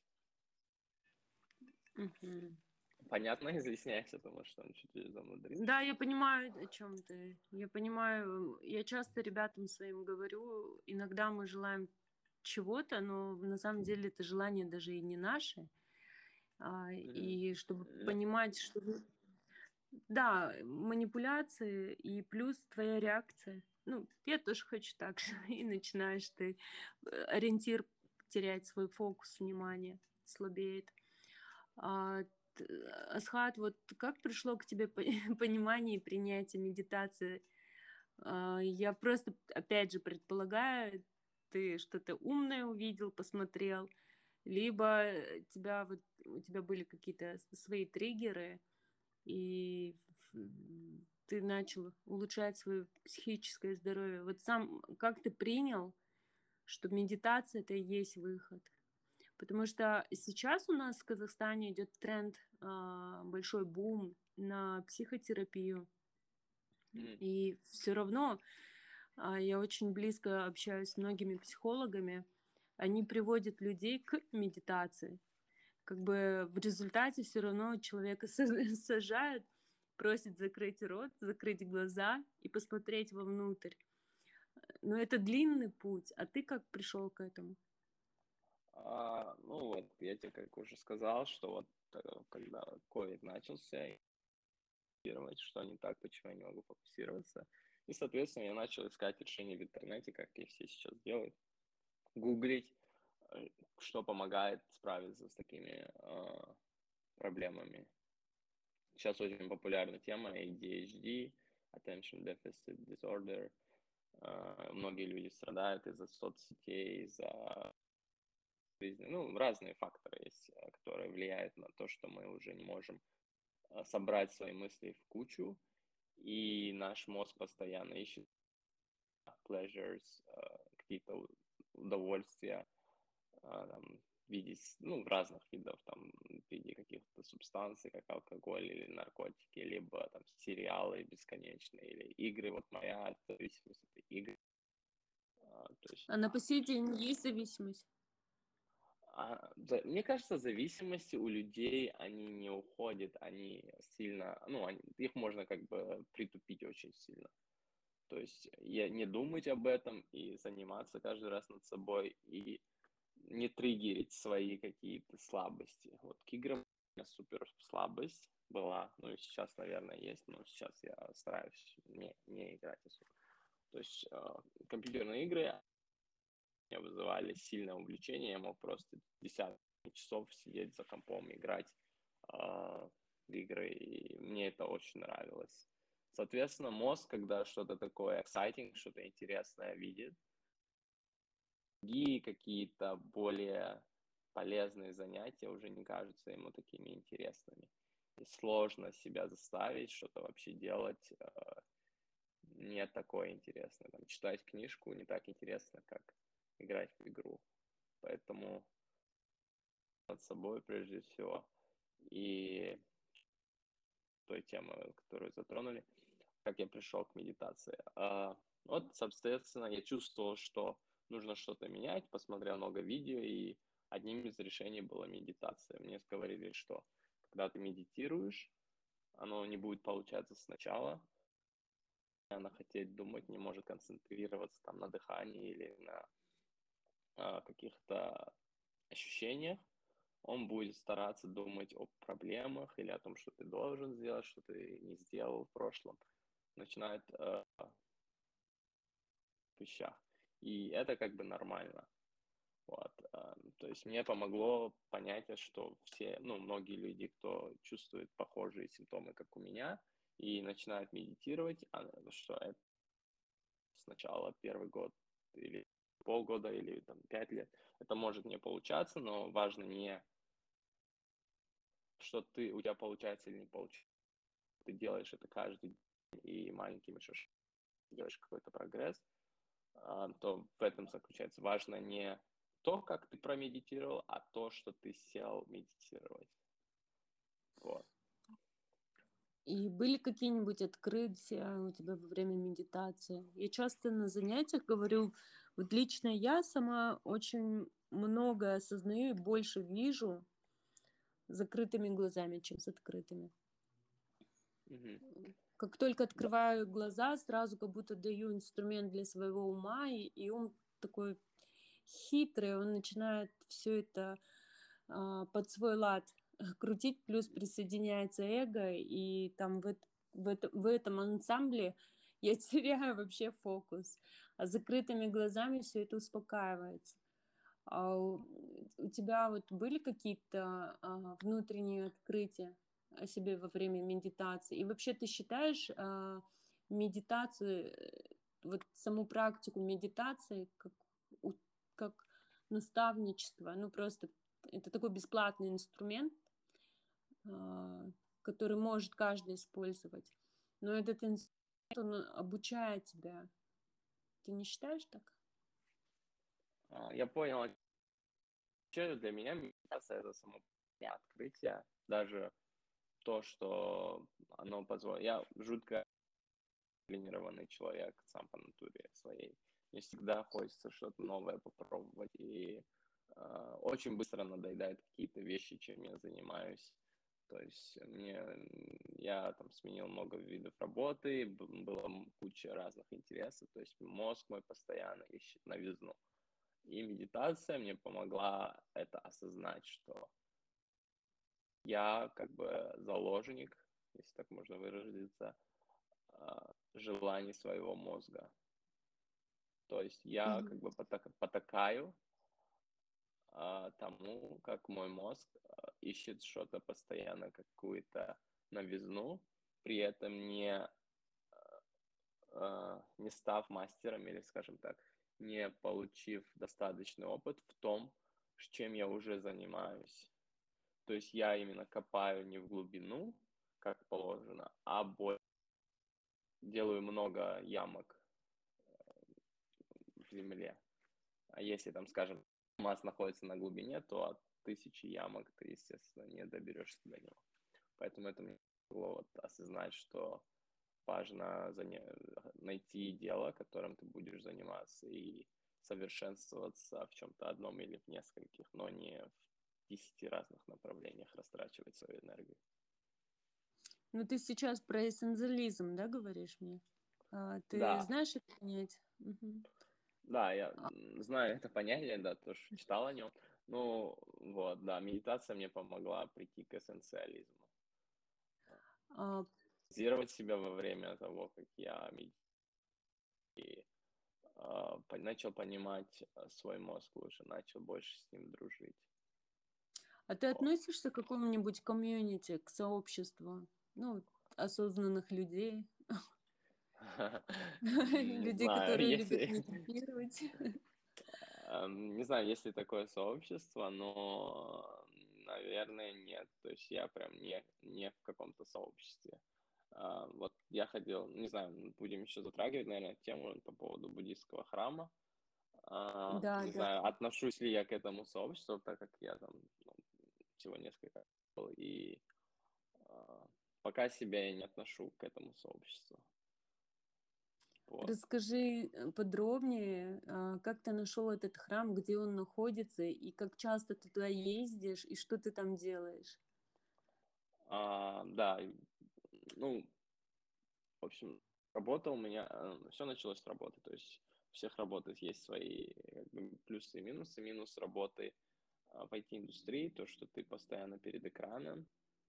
Мгм. Понятно, изъясняюсь, потому что он чуть-чуть замудрит. Да, я понимаю, о чем ты. Я понимаю, я часто ребятам своим говорю, иногда мы желаем чего-то, но на самом деле это желание даже и не наше. А, Мгм. и чтобы Ну, понимать, что вы- да, манипуляции и плюс твоя реакция. Ну, я тоже хочу так же. И начинаешь ты э, ориентир терять свой фокус внимания, слабеет. А, т- Асхат, вот как пришло к тебе по- понимание и принятие медитации? А, я просто, опять же, предполагаю, ты что-то умное увидел, посмотрел, либо э, тебя вот, у тебя были какие-то с- свои триггеры, и м, ты начал улучшать свое психическое здоровье. Вот сам, как ты принял, что медитация это и есть выход? Потому что сейчас у нас в Казахстане идет тренд, а, большой бум на психотерапию. мгм. И все равно а, я очень близко общаюсь с многими психологами. Они приводят людей к медитации, как бы в результате все равно человека сажают, просят закрыть рот, закрыть глаза и посмотреть вовнутрь. Но это длинный путь, а ты как пришел к этому? А, ну вот, я тебе как уже сказал, что вот э, когда ковид начался, что не так, почему я не могу фокусироваться. И, соответственно, я начал искать решения в интернете, как и все сейчас делают. Гуглить, э, что помогает справиться с такими э, проблемами. Сейчас очень популярна тема A D H D, Attention Deficit Disorder. Э, многие люди страдают из-за соцсетей, из-за жизни. Ну, разные факторы есть, э, которые влияют на то, что мы уже не можем э, собрать свои мысли в кучу, и наш мозг постоянно ищет pleasures, э, какие-то удовольствия, э, там, в виде, ну, разных видов, там, в виде каких-то субстанций, как алкоголь или наркотики, либо там сериалы бесконечные или игры. Вот моя зависимость это игры. А, то есть, А на по сей день есть зависимость? а, за- мне кажется, зависимости у людей, они не уходят, они сильно, ну, они, их можно как бы притупить очень сильно. То есть я не думать об этом и заниматься каждый раз над собой, и не триггерить свои какие-то слабости. Вот к играм у меня супер слабость была, ну и сейчас, наверное, есть, но сейчас я стараюсь не, не играть особо. То есть э, компьютерные игры меня вызывали сильное увлечение, я мог просто десятки часов сидеть за компом, играть э, в игры, и мне это очень нравилось. Соответственно, мозг, когда что-то такое exciting, что-то интересное видит, другие какие-то более полезные занятия уже не кажутся ему такими интересными. И сложно себя заставить что-то вообще делать э, не такое интересное. Там, читать книжку не так интересно, как играть в игру. Поэтому над собой прежде всего. И той темы, которую затронули, как я пришел к медитации. А, вот, соответственно, я чувствовал, что нужно что-то менять, посмотрел много видео, и одним из решений была медитация. Мне говорили, что когда ты медитируешь, оно не будет получаться сначала, она хотеть думать, не может концентрироваться там на дыхании или на а, каких-то ощущениях, он будет стараться думать о проблемах или о том, что ты должен сделать, что ты не сделал в прошлом. Начинает э, в вещах. И это как бы нормально. Вот. э, То есть мне помогло понятие, что все, ну, многие люди, кто чувствует похожие симптомы, как у меня, и начинают медитировать, а, что это сначала первый год или полгода или там пять лет, это может не получаться, но важно не что ты, у тебя получается или не получается. Ты делаешь это каждый день и маленькими шажками делаешь какой-то прогресс, а, то в этом заключается. Важно не то, как ты промедитировал, а то, что ты сел медитировать. Вот. И были какие-нибудь открытия у тебя во время медитации? Я часто на занятиях говорю, вот лично я сама очень многое осознаю и больше вижу закрытыми глазами, чем с открытыми. Мгм. Как только Да. открываю глаза, сразу как будто даю инструмент для своего ума, и, и он такой хитрый, он начинает все это а, под свой лад крутить, плюс присоединяется эго, и там в, эт- в, это- в этом ансамбле я теряю вообще фокус. А с закрытыми глазами все это успокаивается. А у, у тебя вот были какие-то а, внутренние открытия о себе во время медитации? И вообще ты считаешь а, медитацию, э, вот саму практику медитации как, у- как наставничество? Ну просто это такой бесплатный инструмент, а, который может каждый использовать. Но этот инструмент, он обучает тебя. Ты не считаешь так? А, Я понял. Вообще для меня медитация это само открытие, даже то, что оно позволит. Я жутко тренированный человек сам по натуре своей. Мне всегда хочется что-то новое попробовать. И очень быстро надоедают какие-то вещи, чем я занимаюсь. То есть мне, я там сменил много видов работы, было куча разных интересов, то есть мозг мой постоянно ищет новизну. И медитация мне помогла это осознать, что я как бы заложник, если так можно выразиться, желаний своего мозга. То есть я как бы потакаю тому, как мой мозг ищет что-то постоянно, какую-то новизну, при этом не, не став мастером или, скажем так, не получив достаточный опыт в том, с чем я уже занимаюсь. То есть я именно копаю не в глубину, как положено, а больше делаю много ямок в земле. А если там, скажем, масс находится на глубине, то от тысячи ямок ты, естественно, не доберешься до него. Поэтому это мне помогло вот осознать, что важно найти дело, которым ты будешь заниматься, и совершенствоваться в чем-то одном или в нескольких, но не в десяти разных направлениях растрачивать свою энергию. Ну, ты сейчас про эссенциализм, да, говоришь мне? А, ты да. знаешь это понятие? Угу. Да, я знаю это понятие, да, тоже читал о нем. Ну, вот, да, медитация мне помогла прийти к эссенциализму. А... Медитировать себя во время того, как я медитирую, а, начал понимать свой мозг лучше, начал больше с ним дружить. А ты относишься к какому-нибудь комьюнити, к сообществу, ну, осознанных людей? Людей, которые любят медитировать. Не знаю, есть ли такое сообщество, но, наверное, нет. То есть я прям не, не в каком-то сообществе. Вот я ходил, не знаю, будем еще затрагивать, наверное, тему по поводу буддийского храма. Да, Не да. знаю, отношусь ли я к этому сообществу, так как я там ну, всего несколько был, и пока себя я не отношу к этому сообществу. Вот. Расскажи подробнее, как ты нашел этот храм, где он находится, и как часто ты туда ездишь, и что ты там делаешь? А, да, ну, в общем, работа у меня, все началось с работы, то есть у всех работы есть свои как бы, плюсы и минусы. Минус работы в ай ти-индустрии, то, что ты постоянно перед экраном,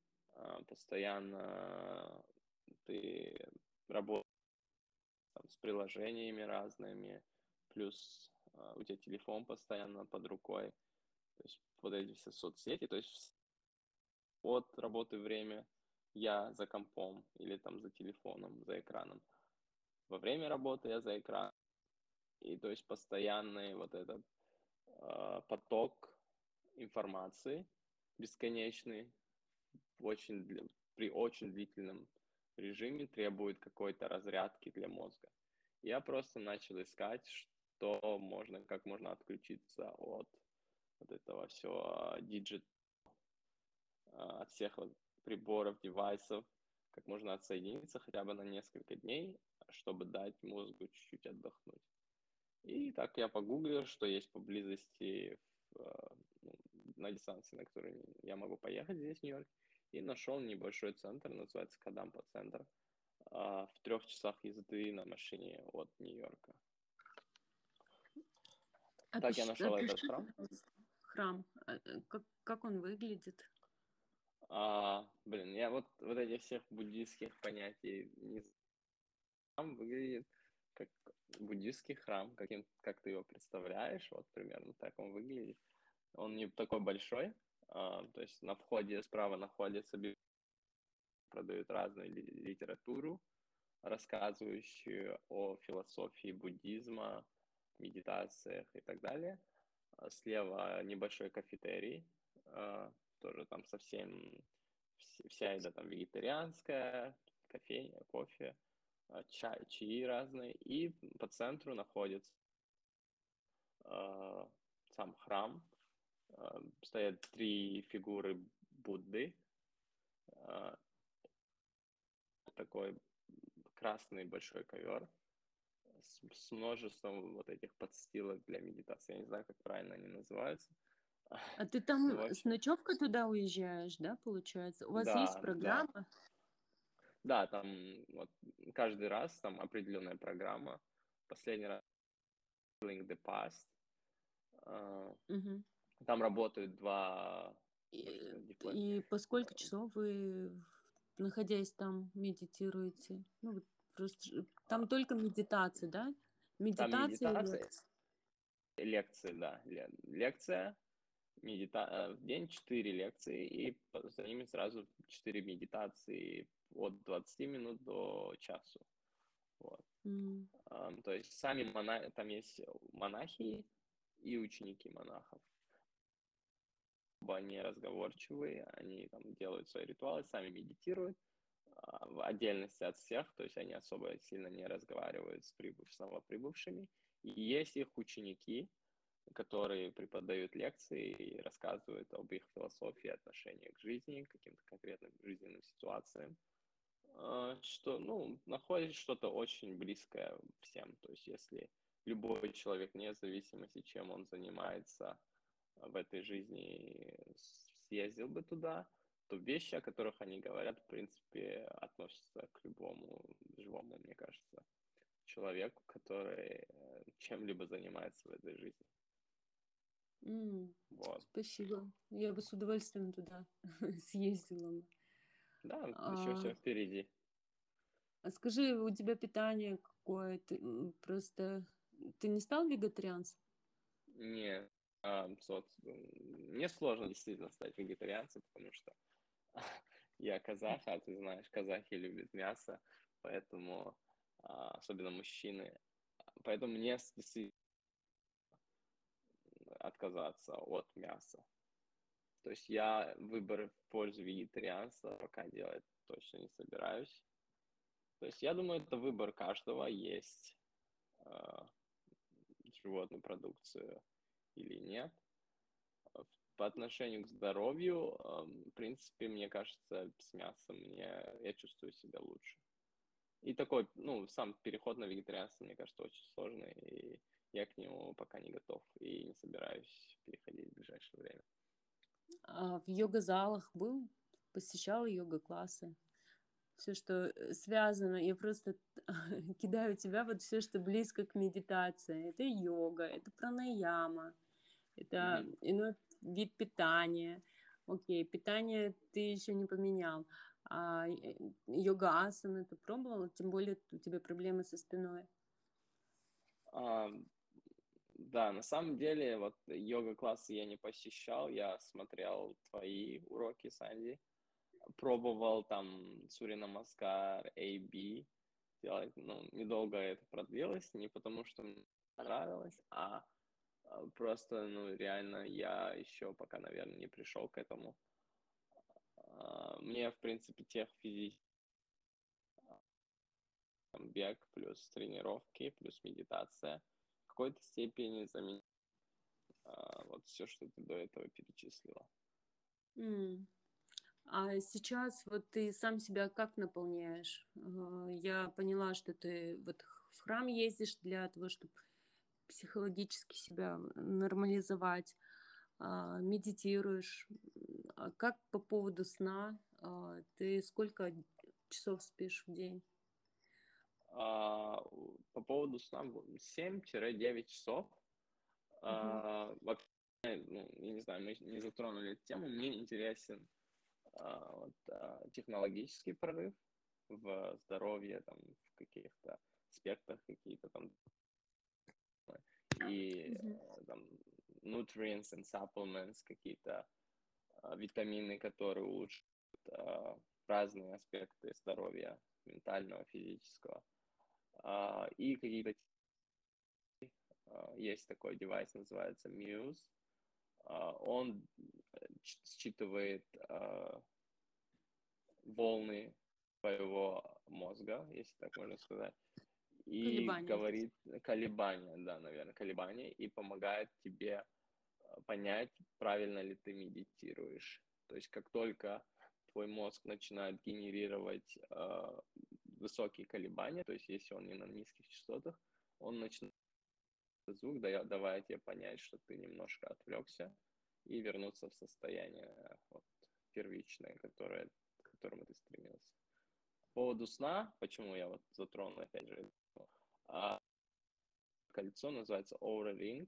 постоянно ты работаешь там, с приложениями разными, плюс uh, у тебя телефон постоянно под рукой, то есть вот эти все соцсети, то есть от работы время я за компом или там за телефоном, за экраном. Во время работы я за экраном. И то есть постоянный вот этот uh, поток информации, бесконечный, очень, при очень длительном режиме требует какой-то разрядки для мозга. Я просто начал искать, что можно, как можно отключиться от вот этого всего диджит, от всех вот приборов, девайсов, как можно отсоединиться хотя бы на несколько дней, чтобы дать мозгу чуть-чуть отдохнуть. И так я погуглил, что есть поблизости в, на дистанции, на которой я могу поехать здесь, в Нью-Йорке, и нашел небольшой центр, называется Кадампа-центр, в трех часах езды на машине от Нью-Йорка. А так пиш... я нашел а этот храм. Храм, как, как он выглядит? А, блин, я вот, вот этих всех буддийских понятий не знаю. Храм выглядит как буддийский храм, каким, как ты его представляешь, вот примерно так он выглядит. Он не такой большой, а, то есть на входе справа находится библиотека, продают разную литературу, рассказывающую о философии буддизма, медитациях и так далее. Слева небольшой кафетерий, тоже там совсем вся еда там вегетарианская, кофейня, кофе, чай, чаи разные. И по центру находится сам храм. Стоят три фигуры Будды. Такой красный большой ковер с, с множеством вот этих подстилок для медитации. Я не знаю, как правильно они называются. А ты Ну, там в с общем, ночевкой туда уезжаешь, да, получается? У вас есть да, да. программа? Да, там вот каждый раз там определенная программа. Последний раз Link the Past. А, Мгм. Там работают два, можно И, сказать, дипло- и по сколько часов вы, находясь там, медитируете? Ну, вот просто ж- там а, только медитации, да? Там Медитации и медитация, лекции. лекции, да, ле- лекция, медита... э, в день четыре лекции, и по- за ними сразу четыре медитации от двадцати минут до часу. Вот. М. Ам, То есть сами мона... там есть монахи и ученики монахов. Оба они разговорчивые, они там делают свои ритуалы, сами медитируют, а, в отдельности от всех, то есть они особо сильно не разговаривают с прибыв... с новоприбывшими. И есть их ученики, которые преподают лекции и рассказывают об их философии, отношении к жизни, к каким-то конкретным жизненным ситуациям, а, что, ну, находит что-то очень близкое всем. То есть если любой человек, вне зависимости, чем он занимается в этой жизни, съездил бы туда, то вещи, о которых они говорят, в принципе, относятся к любому живому, мне кажется, человеку, который э, чем-либо занимается в этой жизни. М. Вот. Спасибо. Я бы с удовольствием туда съездила бы. Да, еще А, все впереди. а скажи, у тебя питание какое? Ты м, просто ты не стал вегетарианцем? Не, а, соц- мне сложно действительно стать вегетарианцем, потому что я казах, а ты знаешь, казахи любят мясо, поэтому, а, особенно мужчины, поэтому мне с- действительно отказаться от мяса. То есть я выбор в пользу вегетарианства пока делать точно не собираюсь. То есть я думаю, это выбор каждого есть а, животную продукцию или нет. По отношению к здоровью, эм, в принципе, мне кажется, с мясом мне, я чувствую себя лучше. И такой, ну, сам переход на вегетарианство, мне кажется, очень сложный, и я к нему пока не готов и не собираюсь переходить в ближайшее время. А в йога-залах был? Посещал йога-классы? Все, что э, связано, я просто кидаю в тебя вот все, что близко к медитации. Это йога, это пранаяма, это Мгм. иной вид питания. Окей, питание ты еще не поменял. А э, йога-асаны ты пробовал? Тем более у тебя проблемы со спиной. А, да, на самом деле, вот йога-классы я не посещал, я смотрел твои уроки, Санди, пробовал там Сурья Намаскар, эй би делать, ну, недолго это продлилось, не потому что мне понравилось, а а, просто, ну, реально я еще пока, наверное, не пришел к этому. А, Мне, в принципе, тех физических, там, бег плюс тренировки, плюс медитация в какой-то степени заменяет а, вот все, что ты до этого перечислила. М. А сейчас вот ты сам себя как наполняешь? Э, Я поняла, что ты вот в храм ездишь для того, чтобы психологически себя нормализовать, а, медитируешь. А как по поводу сна? А, Ты сколько часов спишь в день? А, у- По поводу сна семь-девять часов. Мгм. А, Вообще, ну, я не знаю, мы не затронули эту тему. Мне интересен а, вот, а, технологический прорыв в здоровье, там, в каких-то аспектах, какие-то там и Мгм. э, там nutrients and supplements, какие-то а, витамины, которые улучшают а, разные аспекты здоровья, ментального, физического. А, и какие-то а, есть такой девайс, называется Muse. А, он э, ч- считывает а, волны твоего мозга, если так можно сказать, и Колебания. говорит колебания, да, наверное, колебания, и помогает тебе э, понять, правильно ли ты медитируешь. То есть как только твой мозг начинает генерировать э, высокие колебания, то есть если он не на низких частотах, он начинает звук, да, давая тебе понять, что ты немножко отвлекся, и вернуться в состояние вот, первичное, которое, к которому ты стремился. По поводу сна, почему я вот затронул, опять же, а, кольцо называется Oura Ring.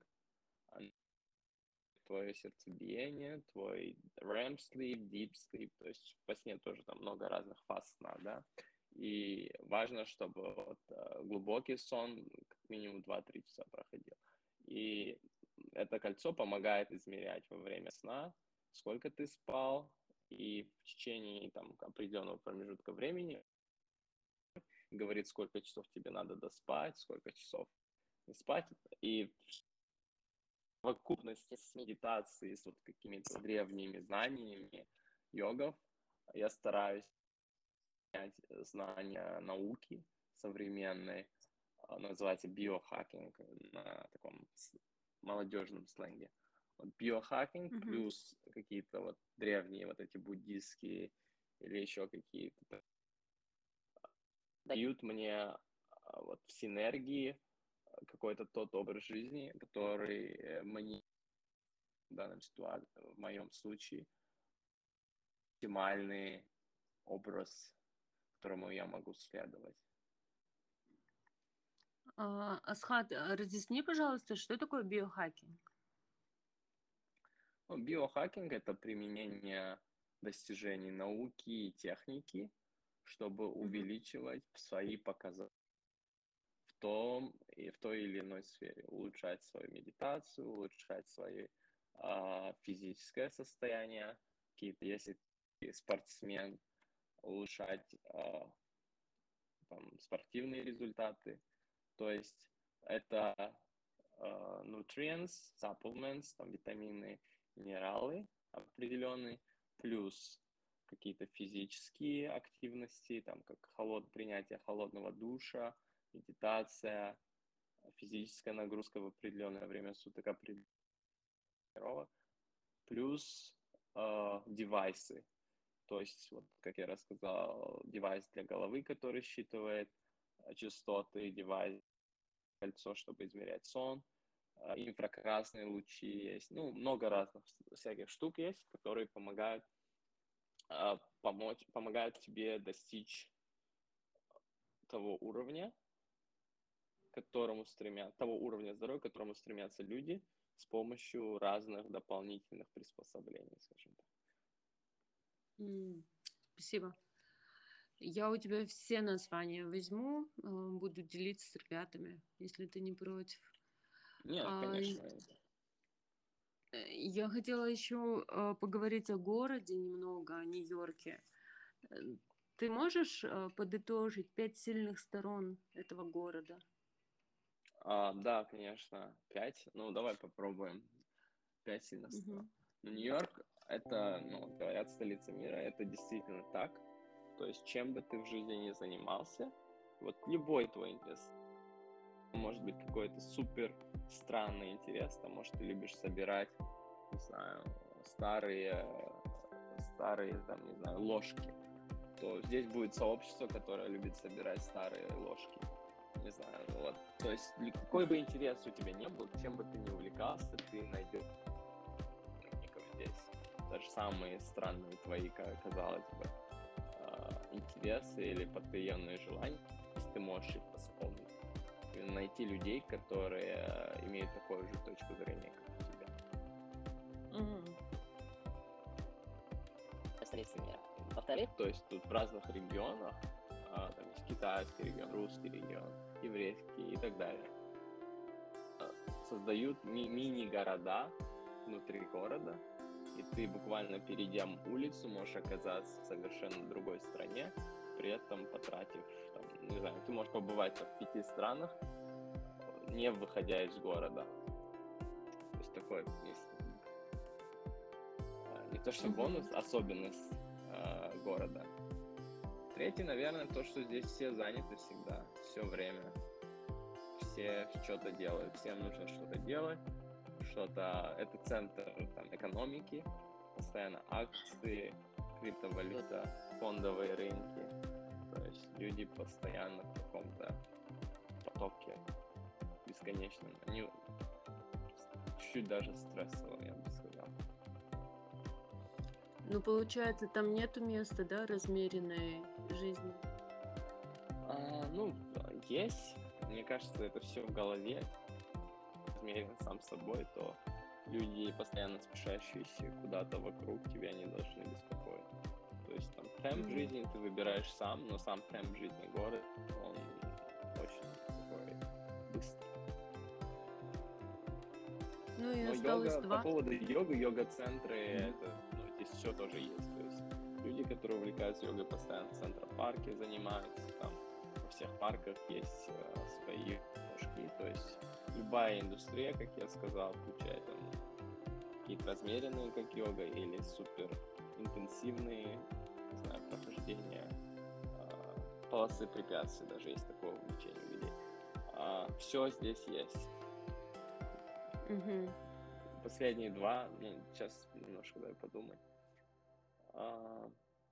Твое сердцебиение, твой рем sleep, deep sleep, то есть по сне тоже там много разных фаз сна, да, и важно, чтобы вот, глубокий сон как минимум два-три часа проходил, и это кольцо помогает измерять во время сна, сколько ты спал, и в течение там определенного промежутка времени говорит, сколько часов тебе надо доспать, сколько часов не спать, и в совокупности с медитацией, с вот какими-то древними знаниями йогов, я стараюсь понять знания науки современной, называется биохакинг на таком молодежном сленге. Вот биохакинг Мгм. плюс какие-то вот древние вот эти буддийские или еще какие-то дают мне вот в синергии какой-то тот образ жизни, который мне в данном ситуации, в моем случае, оптимальный образ, которому я могу следовать. А, Асхат, а разъясни, пожалуйста, что такое биохакинг? Ну, биохакинг – это применение достижений науки и техники, чтобы Мгм. увеличивать свои показатели в том и в той или иной сфере, улучшать свою медитацию, улучшать свое а, физическое состояние, какие-то, если ты спортсмен, улучшать а, там, спортивные результаты. То есть это uh, nutrients, supplements, там, витамины, минералы определенные, плюс какие-то физические активности, там, как холод, принятие холодного душа, медитация, физическая нагрузка в определенное время суток, определенного, плюс uh, девайсы. То есть, вот, как я рассказал, девайс для головы, который считывает частоты, девайс, кольцо, чтобы измерять сон, инфракрасные лучи есть, ну, много разных всяких штук есть, которые помогают помочь, помогают тебе достичь того уровня, к которому стремят, того уровня здоровья, к которому стремятся люди с помощью разных дополнительных приспособлений, скажем так. М, Спасибо. Я у тебя все названия возьму, э, буду делиться с ребятами, если ты не против. Нет, А, конечно. э, Я хотела еще э, поговорить о городе немного, о Нью-Йорке. Э, Ты можешь э, подытожить пять сильных сторон этого города? А, да, конечно, пять. Ну, давай попробуем. Пять сильных сторон. Мгм. Ну, Нью-Йорк — это, ну, говорят, столица мира, это действительно так. То есть, чем бы ты в жизни ни занимался, вот любой твой интерес, может быть какой-то супер странный интерес, там, может, ты любишь собирать, не знаю, старые, старые, там, не знаю, ложки, то здесь будет сообщество, которое любит собирать старые ложки. Не знаю, вот. То есть, какой бы интерес у тебя не был, чем бы ты ни увлекался, ты найдешь здесь. Даже самые странные твои, казалось бы, интересы или потаенные желания, если ты можешь их восполнить. И найти людей, которые имеют такую же точку зрения, как у тебя. Мгм. Столица мира. Во-вторых, то есть тут в разных регионах, а, там есть китайский регион, русский регион, еврейский и так далее, создают ми- мини-города внутри города, и ты буквально перейдя улицу можешь оказаться в совершенно другой стране, при этом потратив, там, не знаю, ты можешь побывать в пяти странах, не выходя из города. То есть такой есть, не то что бонус, Мгм. особенность э, города. Третий, наверное, то, что здесь все заняты всегда, все время. Все что-то делают, всем нужно что-то делать. Что-то, это центр там, экономики, постоянно акции, криптовалюта, фондовые рынки. То есть люди постоянно в каком-то потоке бесконечном. Они чуть-чуть даже стрессово, я бы сказал. Ну, получается, там нету места, да, размеренной жизни? А, ну, есть. Мне кажется, это все в голове. Размерен сам собой, то люди, постоянно спешащиеся куда-то вокруг тебя, не должны беспокоить. То есть там темп Мгм. жизни ты выбираешь сам, но сам темп жизни город, он очень такой быстрый. Ну и Но осталось йога, по два. поводу йога, йога-центры, Мгм. это, ну, здесь все тоже есть. То есть люди, которые увлекаются йогой, постоянно в центропарке занимаются, там во всех парках есть э, свои кружки. То есть любая индустрия, как я сказал, включая там какие-то размеренные, как йога, или супер интенсивные, не знаю, прохождения а, полосы препятствий, даже есть такое увлечение у людей. Все здесь есть. Мгм. Последние два, ну, сейчас немножко дай подумать. А,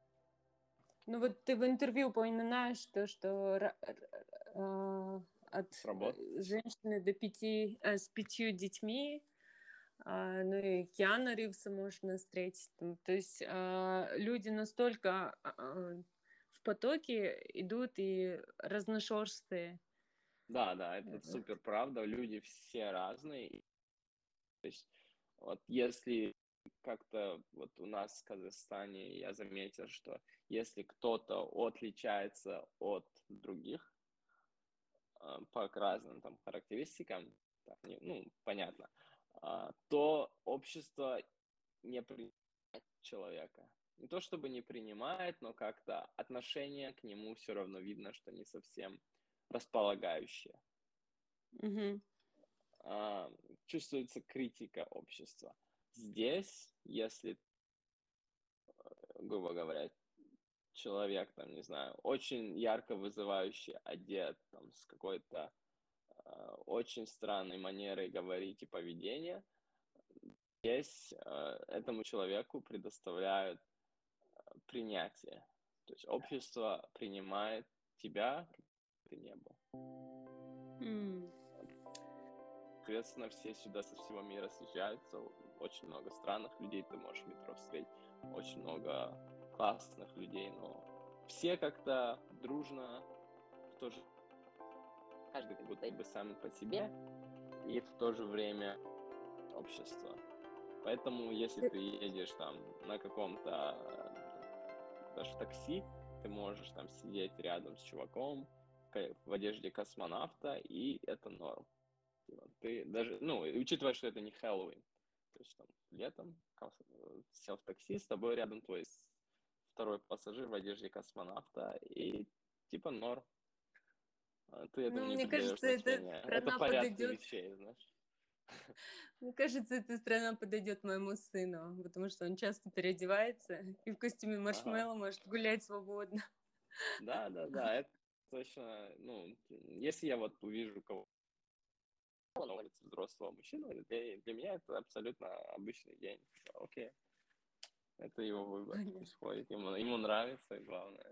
Ну вот ты в интервью упоминаешь то, что ра- р- а, от с э, работы. женщины до пяти, э, с пятью детьми, а, ну и Киану Ривза можно встретить. Там. То есть а, люди настолько а, в потоке идут и разношерстные. Да, да, это Э, супер правда. Люди все разные. То есть вот если как-то вот у нас в Казахстане я заметил, что если кто-то отличается от других а, по разным там характеристикам, так, не- ну, понятно, а, то общество не принимает человека. Не то чтобы не принимает, но как-то отношение к нему все равно видно, что не совсем располагающее. мгм. А, чувствуется критика общества. Здесь, если, грубо говоря, человек, там, не знаю, очень ярко вызывающий одет, там, с какой-то э, очень странной манерой говорить и поведения, здесь э, этому человеку предоставляют принятие. То есть общество принимает тебя, как ты не был. М. Соответственно, все сюда со всего мира съезжаются. Очень много странных людей ты можешь в метро встретить. Очень много классных людей, но все как-то дружно в то же... Каждый как будто бы сам по себе и в то же время общество. Поэтому, если Ты- ты едешь там на каком-то, даже в такси, ты можешь там сидеть рядом с чуваком в одежде космонавта, и это норм. Ты даже, ну, учитывая, что это не Хэллоуин, то есть там летом сел в такси, с тобой рядом твой второй пассажир в одежде космонавта, и типа норм. Ты Ну, этому не мне придаешь кажется, эта значения. Это страна порядки подойдет. вещей, знаешь. Мне кажется, эта страна подойдет моему сыну, потому что он часто переодевается и в костюме Ага. маршмеллоу может гулять свободно. Да, да, да, это точно, ну, если я вот увижу кого на улице взрослого мужчину, для, для меня это абсолютно обычный день. Окей, это его выбор, Понятно. пусть ходит, ему, ему нравится, и главное.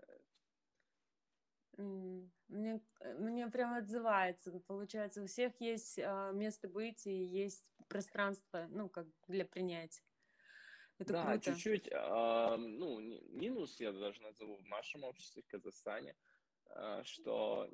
М, Мне, э, мне прям отзывается. Получается, у всех есть а, место быть и есть пространство, ну, как для принятия. Это Да, круто. чуть-чуть, а, ну, не- минус я даже назову в нашем обществе в Казахстане, а, что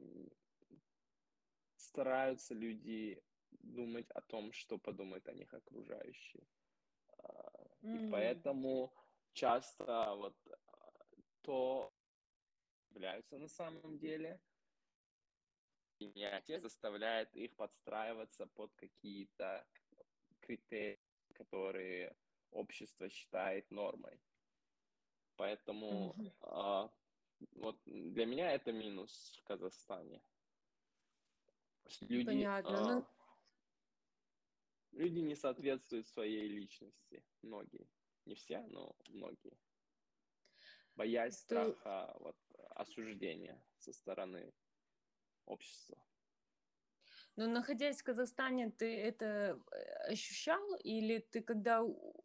стараются люди думать о том, что подумают о них окружающие. А, И М, поэтому часто вот а, то являются на самом деле, принятие заставляет их подстраиваться под какие-то критерии, которые общество считает нормой. Поэтому мгм. а, вот для меня это минус в Казахстане. То есть люди, Понятно. а, Ну, люди не соответствуют своей личности. Многие. Не все, но многие. Боясь то, страха вот, осуждения со стороны общества. но находясь в Казахстане, ты это э, ощущал? Или ты когда у-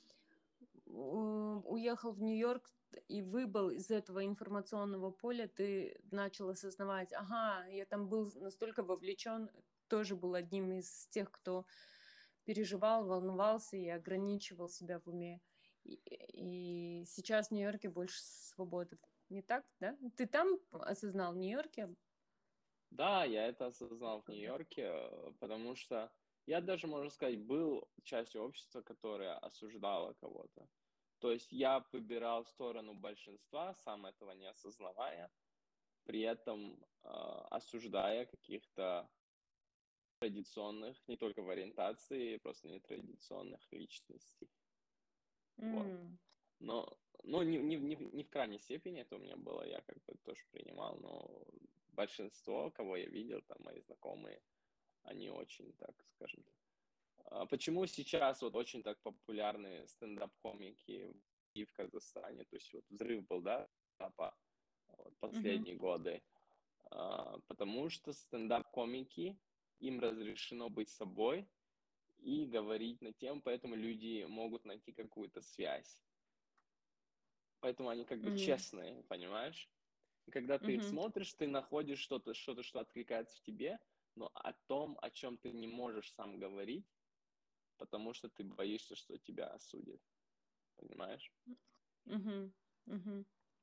у- уехал в Нью-Йорк и выбыл из этого информационного поля, ты начал осознавать, ага, я там был настолько вовлечен, тоже был одним из тех, кто переживал, волновался и ограничивал себя в уме. И, и сейчас в Нью-Йорке больше свободы. Не так, да? Ты там осознал в Нью-Йорке? Да, я это осознал в Нью-Йорке, потому что я даже, можно сказать, был частью общества, которое осуждало кого-то. То есть я выбирал сторону большинства, сам этого не осознавая, при этом э, осуждая каких-то традиционных, не только в ориентации, просто нетрадиционных личностей. Mm. Вот. Но, но не, не, не, не в крайней степени это у меня было, я как бы тоже принимал, но большинство, кого я видел, там мои знакомые, они очень, так скажем. А почему сейчас вот очень так популярны стендап-комики и в Казахстане? То есть вот взрыв был, да, по вот, последние mm-hmm. годы. А, потому что стендап-комики, им разрешено быть собой и говорить на тему, поэтому люди могут найти какую-то связь. Поэтому они как бы mm-hmm. честные, понимаешь? И когда ты mm-hmm. их смотришь, ты находишь что-то, что-то, что откликается в тебе, но о том, о чем ты не можешь сам говорить, потому что ты боишься, что тебя осудят. Понимаешь? Mm-hmm. Mm-hmm.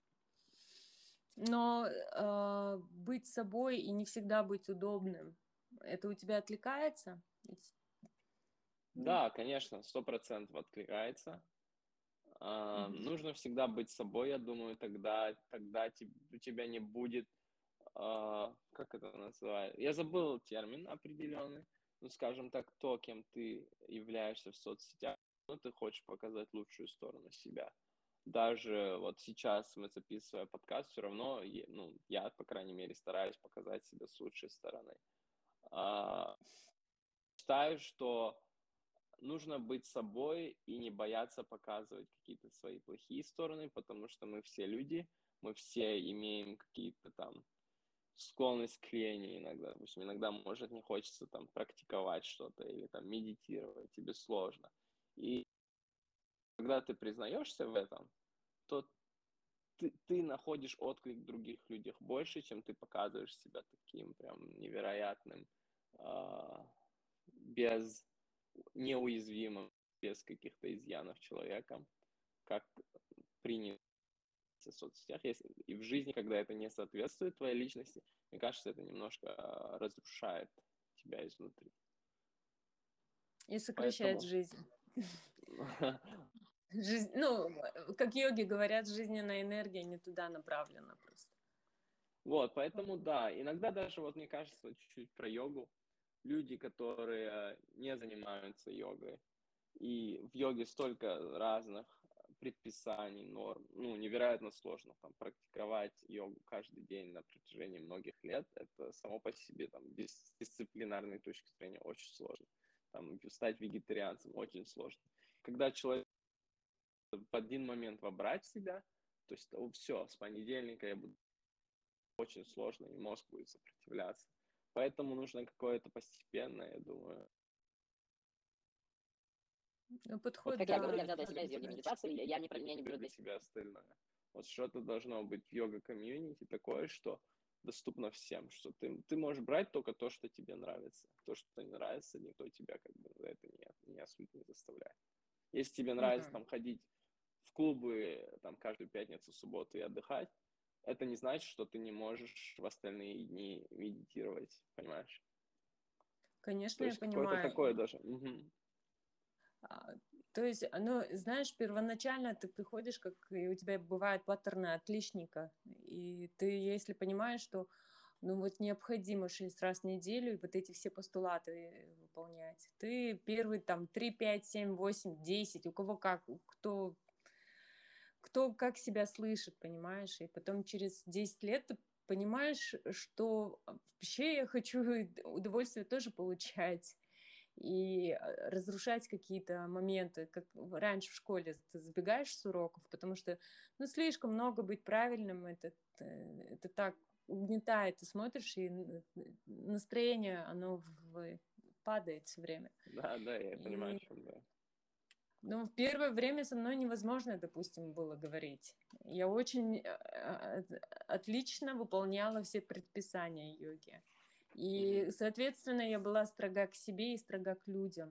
Но э, быть собой и не всегда быть удобным, это у тебя откликается? Да, конечно, сто процентов откликается. Uh, mm-hmm. Нужно всегда быть собой, я думаю, тогда, тогда у тебя не будет, uh, как это называется, я забыл термин определенный, ну, скажем так, то, кем ты являешься в соцсетях, ну, ты хочешь показать лучшую сторону себя. Даже вот сейчас мы записывая подкаст, все равно, ну, я, по крайней мере, стараюсь показать себя с лучшей стороны. Uh, считаю, что нужно быть собой и не бояться показывать какие-то свои плохие стороны, потому что мы все люди, мы все имеем какие-то там склонность к лени иногда. Допустим, иногда, может, не хочется там практиковать что-то или там медитировать, тебе сложно. И когда ты признаешься в этом, то ты, ты находишь отклик в других людях больше, чем ты показываешь себя таким прям невероятным, э, без неуязвимым, без каких-то изъянов человеком, как принято в соцсетях. Если, и в жизни, когда это не соответствует твоей личности, мне кажется, это немножко разрушает тебя изнутри. И сокращает Поэтому... жизнь. Жизнь, ну, как йоги говорят, жизненная энергия не туда направлена просто. Вот, поэтому да, иногда даже, вот мне кажется, чуть-чуть про йогу. Люди, которые не занимаются йогой, и в йоге столько разных предписаний, норм, ну, невероятно сложно там практиковать йогу каждый день на протяжении многих лет, это само по себе там с дисциплинарной точки зрения очень сложно. Там стать вегетарианцем очень сложно. Когда человек в один момент вобрать в себя, то есть oh, все, с понедельника я буду очень сложно, и мозг будет сопротивляться. Поэтому нужно какое-то постепенное, я думаю. Ну, подход, вот как да. я говорю, я взял для себя из йоги медитации, я не, я не беру для себя остальное. Вот что-то должно быть в йога-комьюнити такое, что доступно всем, что ты, ты можешь брать только то, что тебе нравится. То, что не нравится, никто тебя как бы за это не, не абсолютно не заставляет. Если тебе нравится mm-hmm. там ходить в клубы там каждую пятницу, субботу и отдыхать, это не значит, что ты не можешь в остальные дни медитировать, понимаешь? Конечно, то я есть понимаю. Какое-то такое даже. Угу. А, то есть, ну, знаешь, первоначально ты приходишь, как и у тебя бывают паттерны отличника, и ты, если понимаешь, что, ну, вот необходимо шесть раз в неделю и вот эти все постулаты выполнять, ты первый там три, пять, семь, восемь, десять, у кого как, кто... кто как себя слышит, понимаешь, и потом через десять лет ты понимаешь, что вообще я хочу удовольствие тоже получать и разрушать какие-то моменты, как раньше в школе ты забегаешь с уроков, потому что, ну, слишком много быть правильным, это, это так угнетает, ты смотришь, и настроение, оно в... падает все время. Да, да, я и... понимаю, о чем, да. Ну, в первое время со мной невозможно, допустим, было говорить. Я очень отлично выполняла все предписания йоги. И, соответственно, я была строга к себе и строга к людям.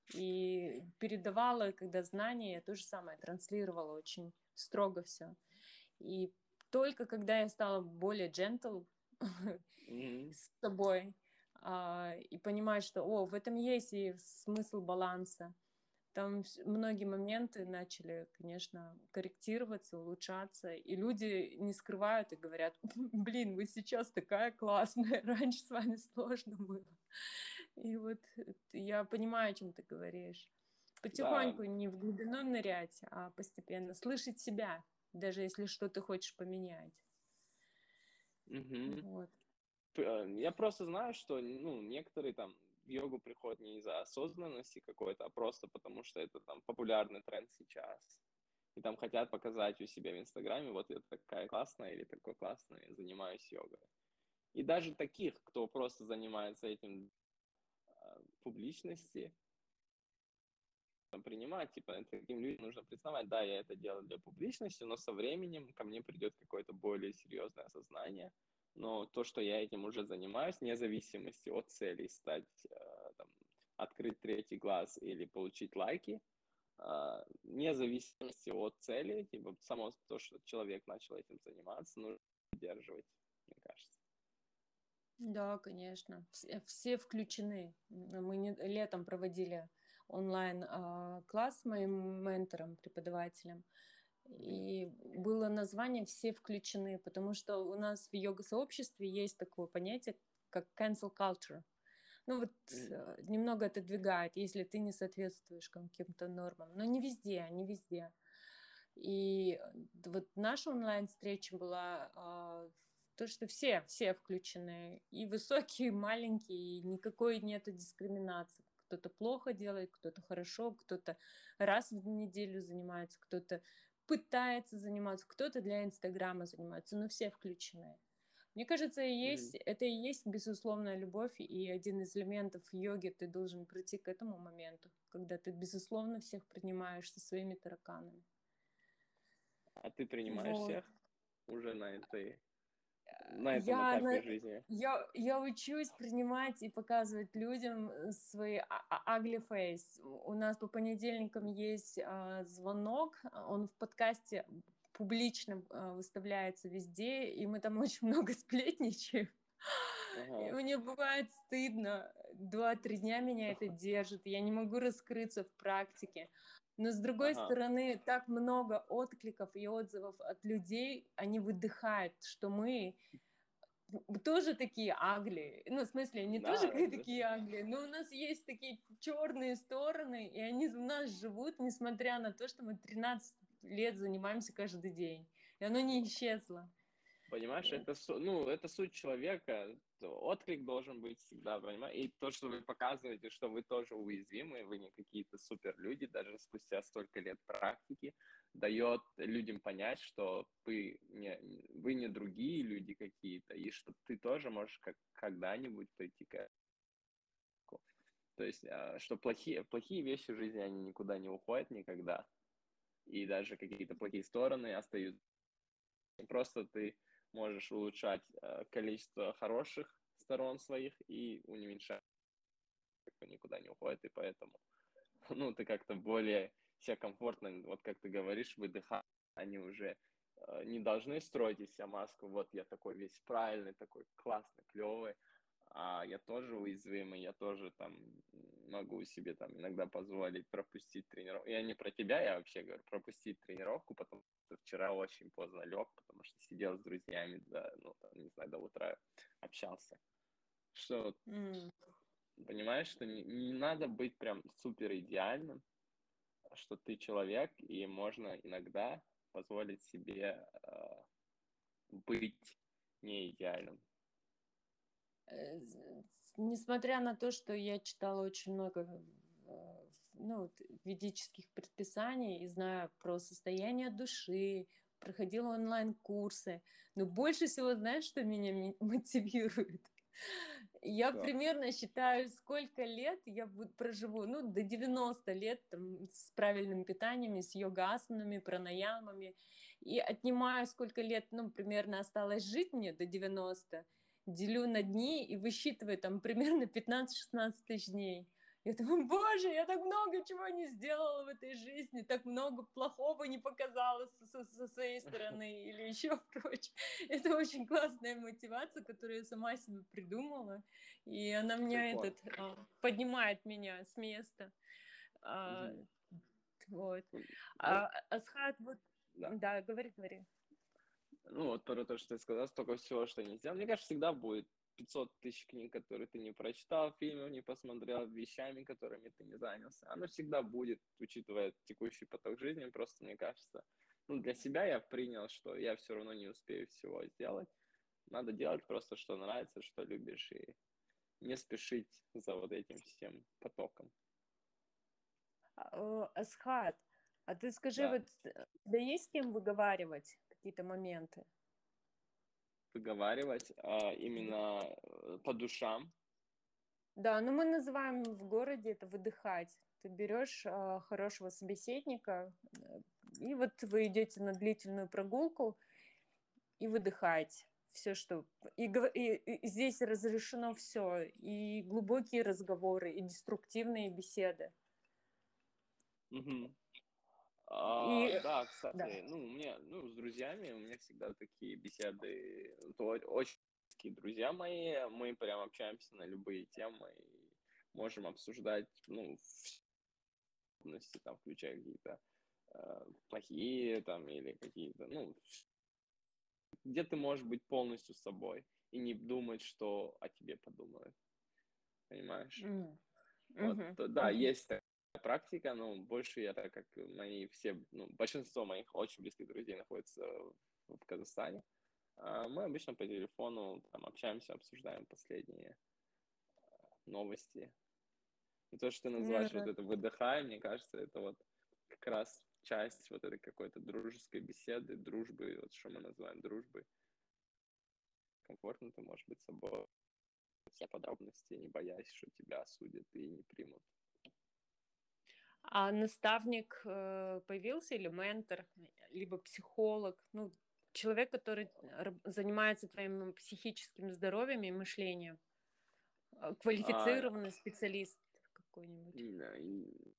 И передавала, когда знания, я то же самое транслировала очень строго все. И только когда я стала более gentle Мгм. с тобой а, и понимать, что, о, в этом есть и смысл баланса, там вс- многие моменты начали, конечно, корректироваться, улучшаться, и люди не скрывают и говорят, блин, вы сейчас такая классная, раньше с вами сложно было. И вот э, я понимаю, о чем ты говоришь. Да. Потихоньку не в глубину нырять, а постепенно слышать себя, даже если что ты хочешь поменять. Мгм. Вот. П- э, Я просто знаю, что ну, некоторые там в йогу приходят не из-за осознанности какой-то, а просто потому, что это там популярный тренд сейчас. И там хотят показать у себя в Инстаграме, вот я такая классная или такой классный, я занимаюсь йогой. И даже таких, кто просто занимается этим а, в публичности, там, принимать, типа, таким людям нужно признавать, да, я это делаю для публичности, но со временем ко мне придет какое-то более серьезное осознание, но то, что я этим уже занимаюсь, вне зависимости от целей стать, э, там, открыть третий глаз или получить лайки, а, вне зависимости от цели, типа, само то, что человек начал этим заниматься, нужно поддерживать, мне кажется. Да, конечно. Все, все включены. М, Мы не- летом проводили онлайн а, класс с моим ментором, преподавателем. Мгм. И было название «Все включены», потому что у нас в йога-сообществе есть такое понятие, как cancel culture. Ну вот Мгм. э, немного отодвигает, если ты не соответствуешь каким-то нормам. Но не везде, не везде. И д- вот наша онлайн-встреча была а, то, что все, все включены, и высокие, и маленькие, и никакой нету дискриминации. Кто-то плохо делает, кто-то хорошо, кто-то раз в неделю занимается, кто-то пытается заниматься, кто-то для Инстаграма занимается, но все включены. Мне кажется, и есть, Мгм. это и есть безусловная любовь, и один из элементов йоги ты должен прийти к этому моменту, когда ты безусловно всех принимаешь со своими тараканами. А ты принимаешь Вот. всех уже на этой, на этом Я, этапе на- жизни? я, я учусь принимать и показывать людям э, свои а- а- ugly face. У нас по понедельникам есть а, звонок, он в подкасте публичном а, выставляется везде, и мы там очень много сплетничаем. И Ага, мне бывает стыдно. Два-три дня меня это держит. Я не могу раскрыться в практике. Но с другой ага, стороны, так много откликов и отзывов от людей, они выдыхают, что мы тоже такие агли. Ну, в смысле, не тоже да, да, такие агли, но у нас есть такие черные стороны, и они у нас живут, несмотря на то, что мы тринадцать лет занимаемся каждый день. И оно не исчезло. понимаешь, Э, это, су- ну, это суть человека, то отклик должен быть всегда, понимаешь, и то, что вы показываете, что вы тоже уязвимы, вы не какие-то супер люди, даже спустя столько лет практики, дает людям понять, что вы не, вы не другие люди какие-то, и что ты тоже можешь как, когда-нибудь прийти к этому. То есть, а, что плохие, плохие вещи в жизни, они никуда не уходят никогда, и даже какие-то плохие стороны остаются. Просто ты можешь улучшать э, количество хороших сторон своих и уменьшать, как никуда не уходит, и поэтому, ну, ты как-то более себя комфортно, вот как ты говоришь, выдыхать, они уже э, не должны строить из себя маску, вот я такой весь правильный, такой классный, клевый, а я тоже уязвимый, я тоже там могу себе там иногда позволить пропустить тренировку. Я не про тебя, я вообще говорю, пропустить тренировку, потому что вчера очень поздно лег, потому что сидел с друзьями до, ну, там, не знаю, до утра общался. Что, м. понимаешь, что не, не надо быть прям супер идеальным, что ты человек, и можно иногда позволить себе э, быть не идеальным. Э, з- Несмотря на то, что я читала очень много э, ну, вот ведических предписаний и знаю про состояние души, проходила онлайн-курсы, но больше всего, знаешь, что меня ми- мотивирует? Я Что? примерно считаю, сколько лет я буду, проживу, ну, до девяноста лет там, с правильным питанием, с йога-асанами, пранаямами, и отнимаю, сколько лет, ну, примерно осталось жить мне до девяноста, делю на дни и высчитываю там примерно пятнадцать-шестнадцать тысяч дней. Я думаю, боже, я так много чего не сделала в этой жизни, так много плохого не показала со, со- со своей стороны или еще прочее. Это очень классная мотивация, которую я сама себе придумала, и она меня Прикольно. этот а, поднимает меня с места. А, Мгм. вот. Ну, А, Асхат, вот, да. да, говори, говори. Ну, вот про то, что ты сказал, столько всего, что не сделал. Мне кажется, всегда будет пятьсот тысяч книг, которые ты не прочитал, фильмов не посмотрел, вещами, которыми ты не занялся. Оно всегда будет, учитывая текущий поток жизни, просто, мне кажется, ну, для себя я принял, что я все равно не успею всего сделать. Надо делать просто, что нравится, что любишь, и не спешить за вот этим всем потоком. А, Асхат, а ты скажи, Да, вот э, у тебя есть с кем выговаривать какие-то моменты? выговаривать а, именно э, по душам. Да, ну мы называем в городе это выдыхать. Ты берешь а, хорошего собеседника, э, и вот вы идете на длительную прогулку и выдыхаете все, что... И, гов- и- и здесь разрешено все, и глубокие разговоры, и деструктивные беседы. Мгм. А, И да, да. кстати, ну, у меня, ну, с друзьями у меня всегда такие беседы, то очень близкие друзья мои, мы прям общаемся на любые темы и можем обсуждать, ну, в частности, там, включая какие-то э, плохие, там, или какие-то, ну, где ты можешь быть полностью собой и не думать, что о тебе подумают, понимаешь? М. Вот, Мгм. то да, Мгм. есть такая практика, но больше я, так как мои все, ну, большинство моих очень близких друзей находится в, в Казахстане, а мы обычно по телефону там общаемся, обсуждаем последние новости. И то, что ты Ну называешь вот да. это выдыхаем, мне кажется, это вот как раз часть вот этой какой-то дружеской беседы, дружбы, вот что мы называем дружбой. Комфортно ты можешь быть собой, все подробности, не боясь, что тебя осудят и не примут. А наставник э, появился или ментор, либо психолог, ну, человек, который раб- занимается твоим психическим здоровьем и мышлением, Э, А, квалифицированный специалист какой-нибудь. и-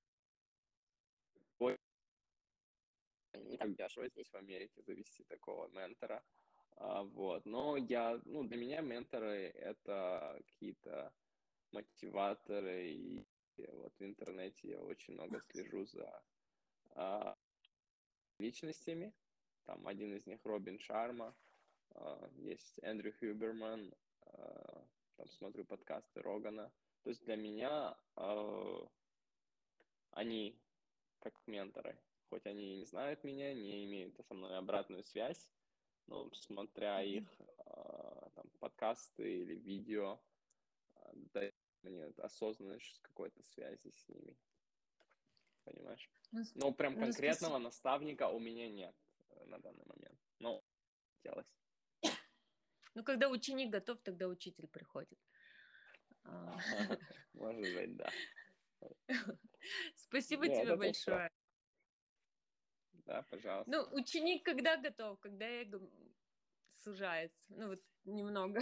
не так дешево здесь в Америке завести такого ментора. А, вот. Но я, ну, для меня менторы это какие-то мотиваторы, и вот в интернете я очень много слежу за а, личностями. Там один из них Робин Шарма, а, есть Эндрю Хьюберман, а, там смотрю подкасты Рогана. То есть для меня а, они как менторы, хоть они и не знают меня, не имеют со мной обратную связь, ну, смотря их а, там, подкасты или видео, а, дает мне осознанность какой-то связи с ними, понимаешь? Ну, с- Но прям ну, спаси- конкретного наставника у меня нет э, на данный момент. Но хотелось. ну, когда ученик готов, тогда учитель приходит. А, Может быть, да. Спасибо Нет, тебе это тоже правда. большое. Да, Ну, пожалуйста. ученик когда готов, когда эго сужается, ну вот немного,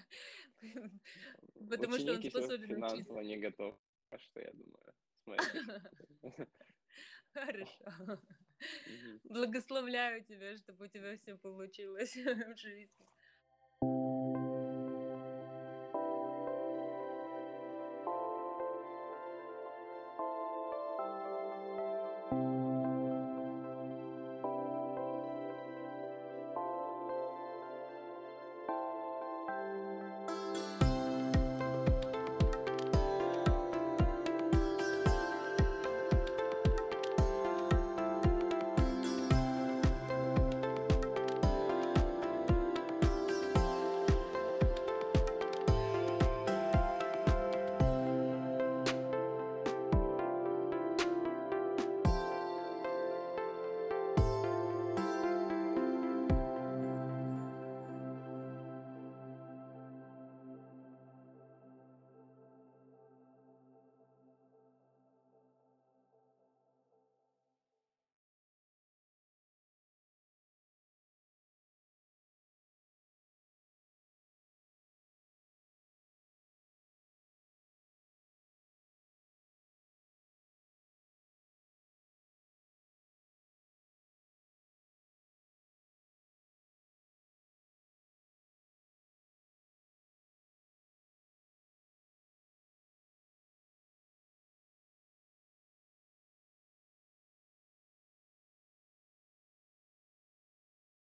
потому что он Ученик еще способен финансово учиться. не готов, что я думаю, с моей точки зрения. Хорошо. Мгм. Благословляю тебя, чтобы у тебя все получилось в жизни.